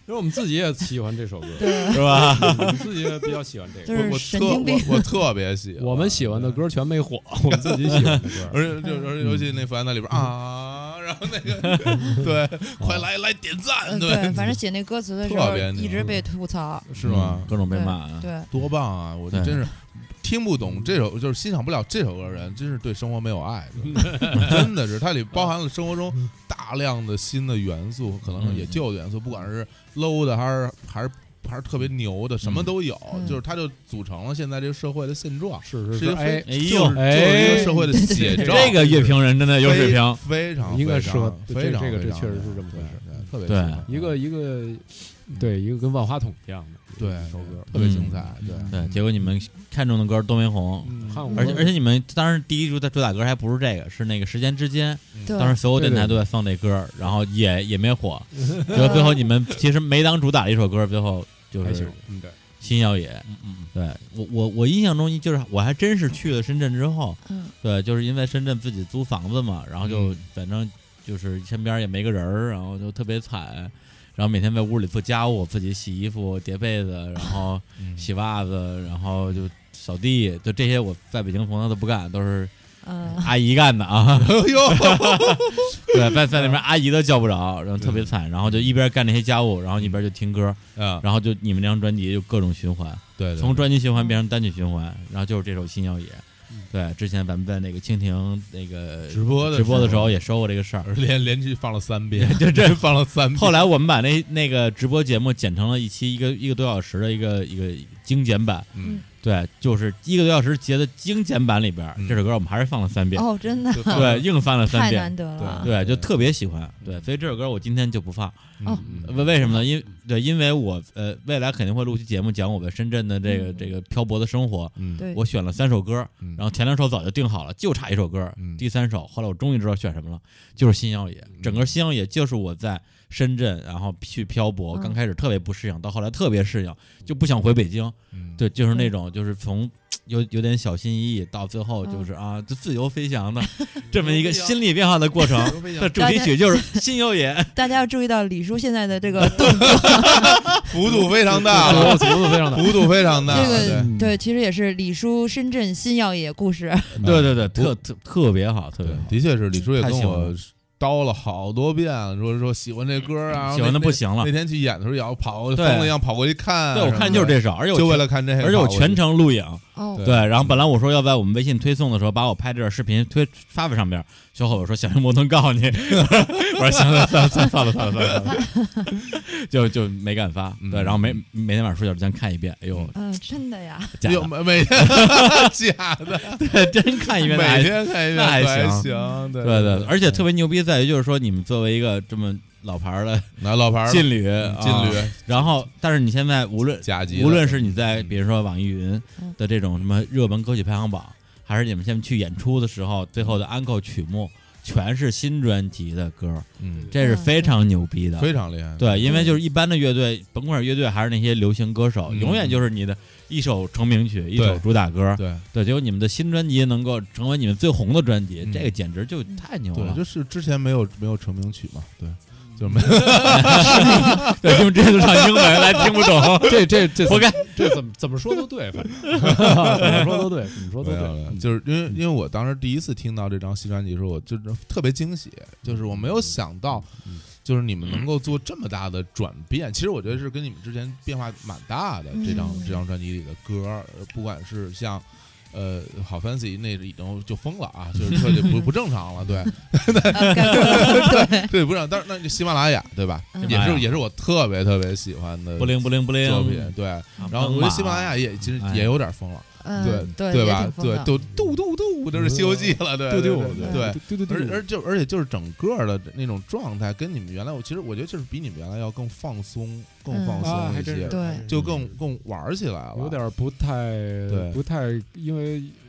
因为我们自己也喜欢这首歌， 是吧？ 我们自己也比较喜欢这个。 就是神经病。 我特别喜欢， 我们喜欢的歌全没火，我们自己喜欢的歌， 而且尤其那《福安》那里边啊，然后那个对，快来点赞， 对，反正写那歌词的时候一直被吐槽， 是吗？ 各种被骂， 对， 多棒啊！我真是。听不懂这首，就是欣赏不了这首歌的人，真是对生活没有爱，真的是它里包含了生活中大量的新的元素，可能也旧的元素，不管是 low 的还是特别牛的，什么都有，就是它就组成了现在这个社会的现状， 是一个哎呦， 就是一个社会的写照。 这个乐评人真的有水平， 非常应该适合， 非常这个确实是这么回事， 特别对一个对一个跟万花筒一样的。 对， 首歌特别精彩， 对，结果你们看中的歌都没红，而且你们当时第一主打歌还不是这个，是那个《时间之间》，当时所有电台都在放这歌，然后也没火，结果最后你们其实没当主打的一首歌，最后就是对新耀野，对我印象中就是我还真是去了深圳之后，对，就是因为深圳自己租房子嘛，然后就反正就是身边也没个人，然后就特别惨。然后每天在屋里做家务，自己洗衣服、叠被子，然后洗袜子，然后就扫地，就这些我在北京从来都不干，都是阿姨干的啊。对，在那边阿姨都叫不着，然后特别惨，然后就一边干这些家务，然后一边就听歌，然后就你们这张专辑就各种循环， 对， 从专辑循环变成单曲循环，然后就是这首《新耀野》。对，之前咱们在那个蜻蜓那个直播的时候也说过这个事儿， 连续放了3遍， 就真放了3遍。 后来我们把那个直播节目剪成了一期一个多小时的一个精简版，对，就是1个多小时节的精简版里边，这首歌我们还是放了3遍。 哦，真的， 对，硬翻了3遍， 太难得了。 对，就特别喜欢。对，所以这首歌我今天就不放。为什么呢？因为我未来肯定会录期节目讲我在深圳的这个漂泊的生活。我选了3首歌，然后前2首早就定好了，就差1首歌。第3首后来我终于知道选什么了，就是新耀野。整个新耀野就是我在深圳，然后去漂泊，刚开始特别不适应，到后来特别适应，就不想回北京。对，就是那种就是从有点小心翼翼，到最后就是就自由飞翔的这么一个心理变化的过程。这主题曲就是《新耀野》。 大家要注意到李叔现在的这个动作， 幅度非常大，幅度非常大。 这个对，其实也是李叔深圳新耀野故事。 对，特别好，特别好。 的确是李叔也跟我叨了好多遍，说喜欢这歌啊， 喜欢的不行了。 那天去演的时候也要疯了一样跑过去看。 对，我看就是这首，而且就为了看这个， 而且我全程录影。对，然后本来我说要在我们微信推送的时候把我拍这段视频发在上边，小伙伴说小心摩登告你。我说行了，算了，就没敢发。对，然后每天晚上睡觉之前看一遍。哎呦， 真的呀？ 假的，每天假的， 对，真看一遍， 每天看一遍， 那还行。对， 而且特别牛逼在于就是说，你们作为一个这么老牌的劲旅，然后但是你现在无论是你在比如说网易云的这种什么热门歌曲排行榜，还是你们现在去演出的时候，最后的安可曲目全是新专辑的歌，这是非常牛逼的， 非常厉害。 对，因为就是一般的乐队，甭管是乐队还是那些流行歌手，永远就是你的一首成名曲，一首主打歌，对，结果你们的新专辑能够成为你们最红的专辑，这个简直就太牛了。 对，就是之前没有成名曲嘛，对。就没对，用这都唱英文来听不懂， 这活该， 这怎么说都对，反正怎么说都对， 就是因为我当时第一次听到这张新专辑的时候，我就特别惊喜，就是我没有想到，就是你们能够做这么大的转变。其实我觉得是跟你们之前变化蛮大的。这张专辑里的歌，不管是像。好 fancy 那已经就疯了啊，就是特别不正常了，对，对，不正常。但是那喜马拉雅对吧？也是我特别喜欢的不灵作品，对。然后我觉得喜马拉雅也其实也有点疯了。对吧？对，都都是《西游记》了，对，而且就是整个的那种状态，跟你们原来，我觉得就是比你们原来要更放松一些， 对， 就更玩起来了， 有点不太，因为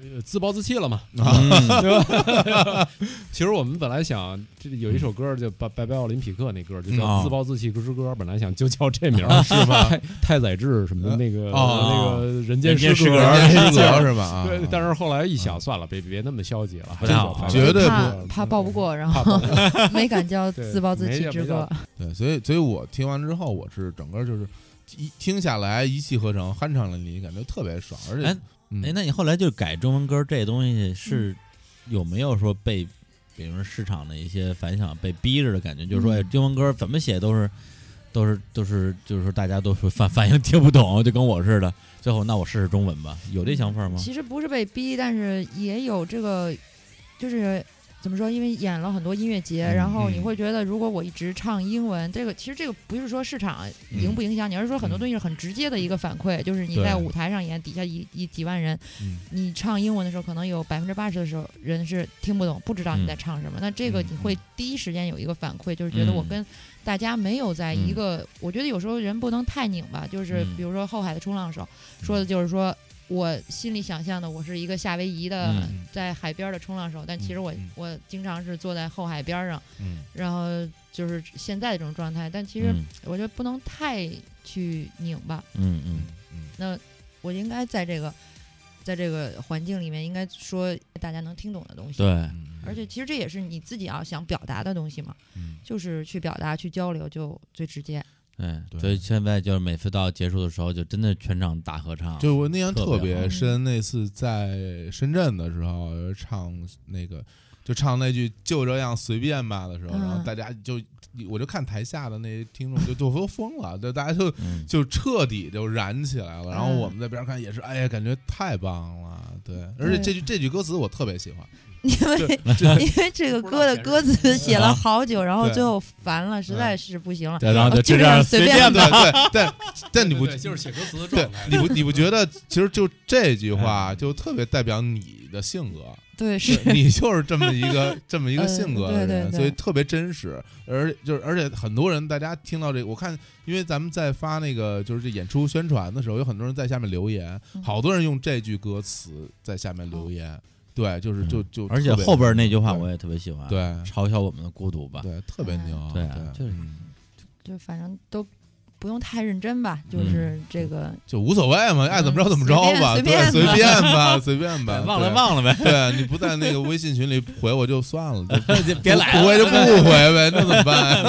自暴自弃了嘛，对吧？其实我们本来想，这有一首歌就白白奥林匹克那歌就叫《自暴自弃之歌》，本来想就叫这名是吧？太宰治什么的那个那个人间失格是吧？ 对，但是后来一想，算了，别那么消极了， 绝对怕报不过，然后没敢叫自暴自弃之歌。 对，所以我听完之后，我是整个就是一听下来一气呵成，酣畅淋漓，感觉特别爽，而且。 那你后来就改中文歌这东西是有没有说被，比如说市场的一些反响被逼着的感觉？就是说，中文歌怎么写都是，就是说大家都是反应听不懂，就跟我似的。最后，那我试试中文吧，有这想法吗？ 其实不是被逼，但是也有这个，就是怎么说？因为演了很多音乐节，然后你会觉得，如果我一直唱英文，其实这个不是说市场影不影响你，而是说很多东西是很直接的一个反馈，就是你在舞台上演，底下几万人，你唱英文的时候，可能有80%的时候人是听不懂，不知道你在唱什么。那这个你会第一时间有一个反馈，就是觉得我跟大家没有在一个，我觉得有时候人不能太拧巴，就是比如说后海的冲浪手说的就是说。我心里想象的，我是一个夏威夷的在海边的冲浪手，但其实我经常是坐在后海边上，然后就是现在的这种状态。但其实我觉得不能太去拧巴，那我应该在这个环境里面，应该说大家能听懂的东西。 对， 而且其实这也是你自己要想表达的东西嘛，就是去表达、去交流，就最直接。 对，所以现在就是每次到结束的时候，就真的全场大合唱。 就我那样特别深，那次在深圳的时候唱那句就这样随便吧的时候，然后大家我就看台下的那听众就都疯了，就大家就彻底就燃起来了。然后我们在边看也是，哎呀，感觉太棒了。对，而且这句歌词我特别喜欢。 因为这个歌的歌词写了好久，然后最后烦了，实在是不行了， 然后就这样随便吧。但你不就是写歌词的状态？ 你不觉得其实就这句话就特别代表你的性格？ 对，是你就是这么一个性格的人，所以特别真实。而且很多人大家听到这个，我看因为咱们在发那个就是这演出宣传的时候，有很多人在下面留言，好多人用这句歌词在下面留言。对，就是就， 而且后边那句话我也特别喜欢， 对， 嘲笑我们的孤独吧， 对，特别牛， 对， 就反正都不用太认真吧，就是这个就无所谓嘛，爱怎么着怎么着吧，随便吧， 忘了呗。 对，你不在那个微信群里回我就算了， 就别来了， 不回就不回呗，那怎么办？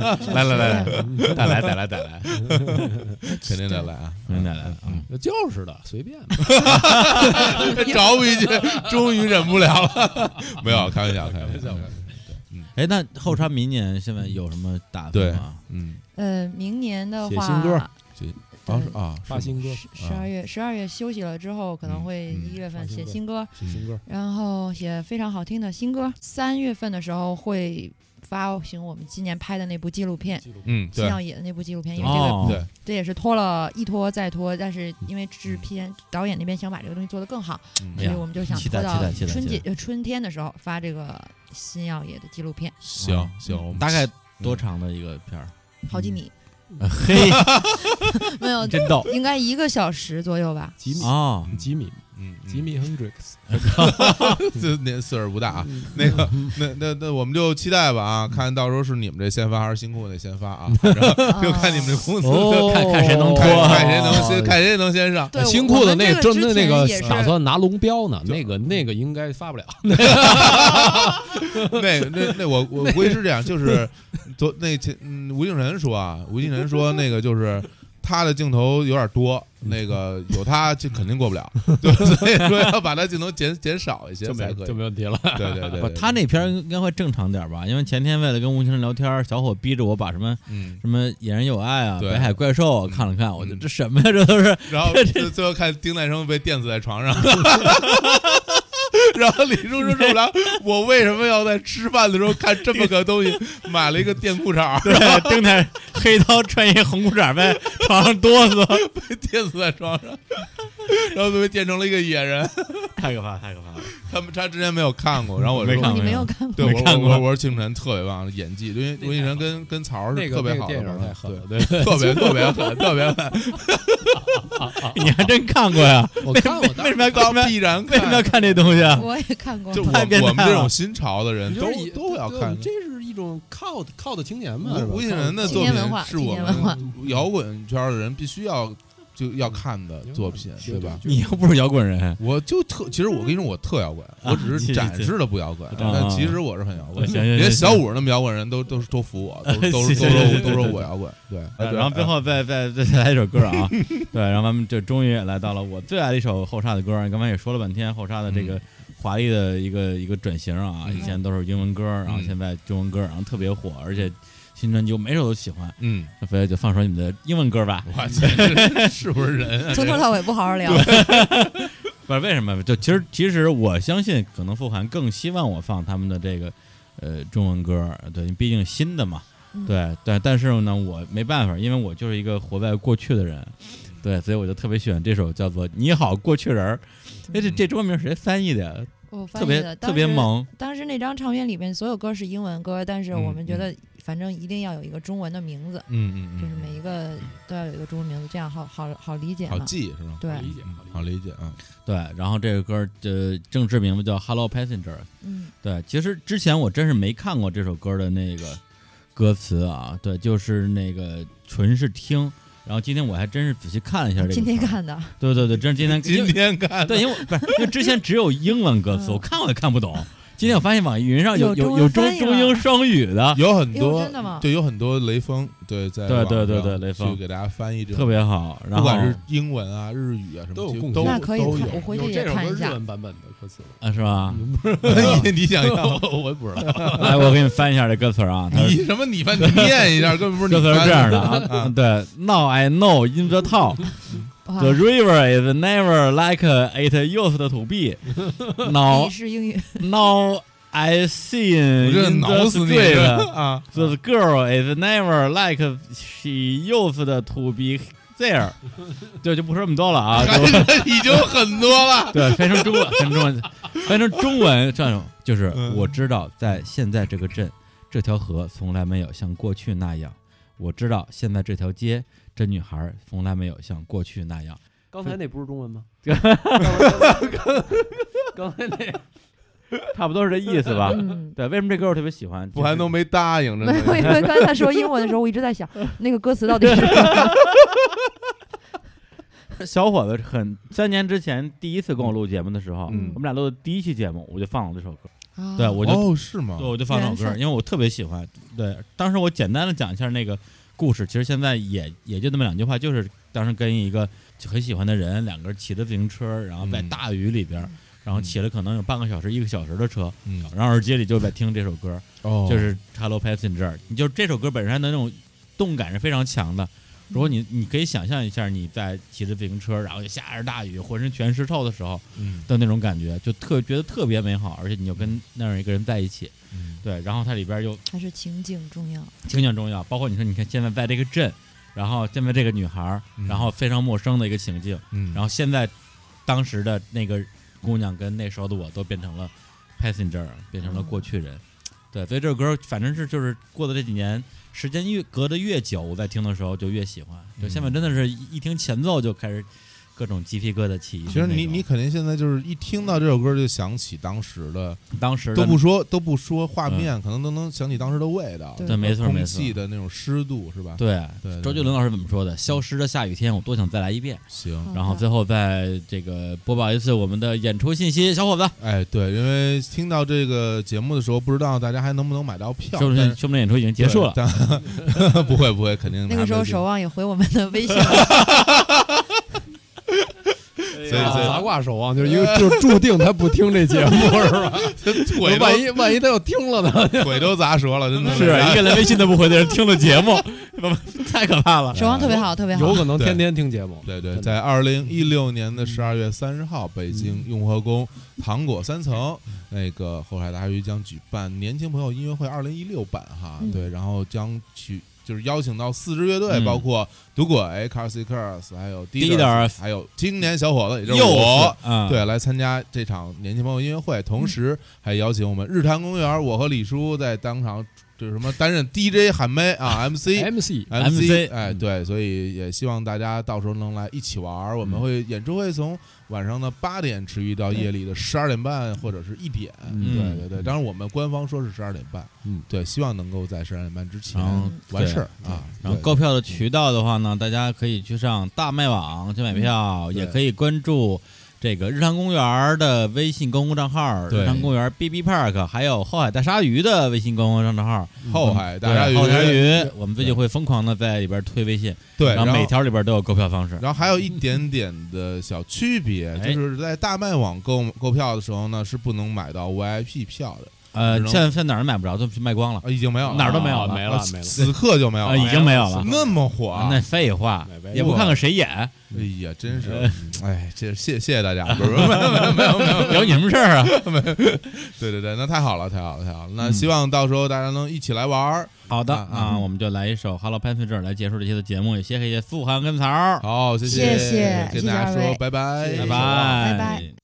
来， 肯定得来啊， 肯定得来， 就是的，随便。 找我一句，终于忍不了了，没有，开玩笑。 哎，那后沙明年现在有什么打算吗？ 明年的话， 写新歌， 发新歌。 12月休息了之后，可能会1月份写新歌，然后写非常好听的新歌。3月份的时候会发行我们今年拍的那部纪录片，新耀野的那部纪录片，因为这也是一拖再拖，但是因为制片导演那边想把这个东西做得更好，所以我们就想拖到春天的时候发这个新耀野的纪录片。 行， 大概多长的一个片儿？ 好几米。 嘿， 没有， 真逗， 应该1个小时左右吧。 几米，Hendrix， 这年岁数不大啊。那我们就期待吧啊，看到时候是你们这先发还是新裤那先发啊？就看你们这公司， 看谁能拖， 看谁能先上。 新裤的那个打算拿龙标呢，那个应该发不了。 那我估计是这样，就是吴敬晨说那个就是他的镜头有点多，那个有他就肯定过不了，对，所以说要把他镜头减少一些才可以， 就没问题了。 对， 他那片应该会正常点吧？因为前天为了跟吴敬晨聊天，小伙逼着我把什么野人有爱啊、北海怪兽看了看，我觉得这什么呀？这都是， 然后最后看丁乃生被电死在床上。然后李叔说：“不了，我为什么要在吃饭的时候看这么个东西？买了一个电裤衩， 对，丁乃黑刀穿一红裤衩在床上哆嗦， 被电死在床上，然后被电成了一个野人， 太可怕了。 他之前没有看过，然后我没看过， 你没有看过？ 对，我说庆晨特别棒，演技，因为吴敬晨跟曹是特别好的， 对， 特别狠。 你还真看过呀？ 我看过， 为什么要必然为什么要看这东西啊？ 我也看过， 就我们这种新潮的人都要看， 这是一种靠的青年嘛。 吴敬仁的作品是我们摇滚圈的人必须要看的作品，对吧？ 你又不是摇滚人， 我就其实我跟你说，我特摇滚，我只是展示的不摇滚，但其实我是很摇滚。连小五那么摇滚人都服我，都说我摇滚。对， 然后最后再来一首歌啊，对，然后咱们就终于来到了我最爱的一首后沙的歌。刚才也说了半天后沙的这个华丽的一个转型啊，以前都是英文歌，然后现在中文歌，然后特别火，而且新专辑我每首都喜欢，所以就放首你们的英文歌吧。 我是不是人啊？ 从头到尾不好好聊。 不是为什么？就其实我相信，可能傅涵更希望我放他们的这个中文歌，对，毕竟新的嘛，对，但是呢，我没办法，因为我就是一个活在过去的人，对，所以我就特别喜欢这首叫做《你好过去人》。这中文名谁翻译的呀？ 我翻译的特别萌。 当时那张唱片里面所有歌是英文歌，但是我们觉得反正一定要有一个中文的名字，就是每一个都要有一个中文名字，这样好理解， 好记是吧？ 对， 好理解啊。 对，然后这个歌正式名字叫《Hello Passenger》。对，其实之前我真是没看过这首歌的那个歌词啊，对，就是那个纯是听。然后今天我还真是仔细看了一下这个。 今天看的。 对，真是今天看的。 对，因为之前只有英文歌词，我看我也看不懂。今天我发现网易云上有中英双语的， 有很多， 真的吗？ 对，有很多雷锋，对，在对雷锋去给大家翻译这特别好，然后不管是英文啊、日语啊什么都有都那可以看， 有。 我回去也看一下日文版本的歌词啊，是吧？ 你想要？ 我也不知道。 来，我给你翻一下这歌词啊。 你什么？你翻？你念一下，根本不是。 歌词是这样的啊，对 ，Now I know in the top。The river is never like it used to be. Now I see in the street. The girl is never like she used to be there. 对，就不说这么多了啊， 已经很多了。 对，翻成中文，这样就是我知道，在现在这个镇，这条河从来没有像过去那样。我知道现在这条街，这女孩从来没有像过去那样。 刚才那不是中文吗？ 刚才那差不多是这意思吧？对，为什么这歌我特别喜欢？ 不还都没答应着呢。 没有，因为刚才说英文的时候，我一直在想那个歌词到底是什么。 小伙子3年之前第一次跟我录节目的时候，我们俩录的第一期节目，我就放了这首歌。对，我就是吗？对，我就放这首歌，因为我特别喜欢。对，当时我简单的讲一下那个故事，其实现在也就那么2句话，就是当时跟一个很喜欢的人，两个人骑着自行车，然后在大雨里边，然后骑了可能有半个小时、1个小时的车，然后耳机里就在听这首歌，就是 Hello Passenger。你就这首歌本身的那种动感是非常强的。如果你可以想象一下你在骑着自行车，然后下着大雨，浑身全湿透的时候的那种感觉，就觉得特别美好，而且你就跟那样一个人在一起，对，然后它里边又还是情景重要， 包括你说你看现在在这个镇，然后现在这个女孩，然后非常陌生的一个情境，然后现在当时的那个姑娘跟那时候的我都变成了 passenger， 变成了过去人，对，所以这首歌反正是就是过的这几年。时间隔得越久，我在听的时候就越喜欢。就现在真的是一听前奏就开始各种鸡皮疙瘩起。 其实你肯定现在就是一听到这首歌就想起当时的都不说画面，可能都能想起当时的味道。 对，没错， 空气的那种湿度是吧？ 对。周杰伦老师怎么说的？消失的下雨天，我多想再来一遍。 行。 然后最后在这个播报一次我们的演出信息，小伙子。 哎，对，因为听到这个节目的时候，不知道大家还能不能买到票。 说不定演出已经结束了。 不会，肯定。 那个时候守望也回我们的微信。 所以砸挂守望就是一个，就是注定他不听这节目是吧？万一他要听了呢， 腿都砸折了，真的是一个连微信都不回的人听了节目，太可怕了。 守望特别好，特别好， 有可能天天听节目。 对，在2016年的12月30号，北京雍和宫糖果3层那个后海大鱼将举办年轻朋友音乐会2016版哈，对，然后将就是邀请到4支乐队，包括赌鬼、Car Seekers， 还有 Dealers， 还有青年小伙子，也就是我，对，来参加这场年轻朋友音乐会。同时还邀请我们日坛公园，我和李叔在当场就是什么担任 DJ 喊麦啊 MC， 哎对，所以也希望大家到时候能来一起玩。我们演出会从晚上的8点持续到夜里的12点半或者是1点，对，当然我们官方说是12点半，对，希望能够在12点半之前完事儿啊。 然后购票的渠道的话呢，大家可以去上大麦网去买票，也可以关注这个日坛公园的微信公共账号，日坛公园 BB Park， 还有后海大鲨鱼的微信公共账号， 后海大鲨鱼，我们最近会疯狂的在里边推微信， 对， 然后每条里边都有购票方式。 然后还有一点点的小区别，就是在大麦网购票的时候呢，是不能买到 VIP 票的。 现在哪儿买不着，都卖光了， 已经没有了， 哪儿都没有了，没了， 此刻就没有了， 已经没有了， 那么火， 那废话，也不看看谁演， 哎呀，真是，哎，这谢谢大家，没有， 有你什么事儿啊？ 对，那太好了，那希望到时候大家能一起来玩。 好的啊，我们就来一首 Hello Passenger 来结束这期的节目，也谢谢富含跟曹， 好，谢谢， 跟大家说拜拜， 拜拜。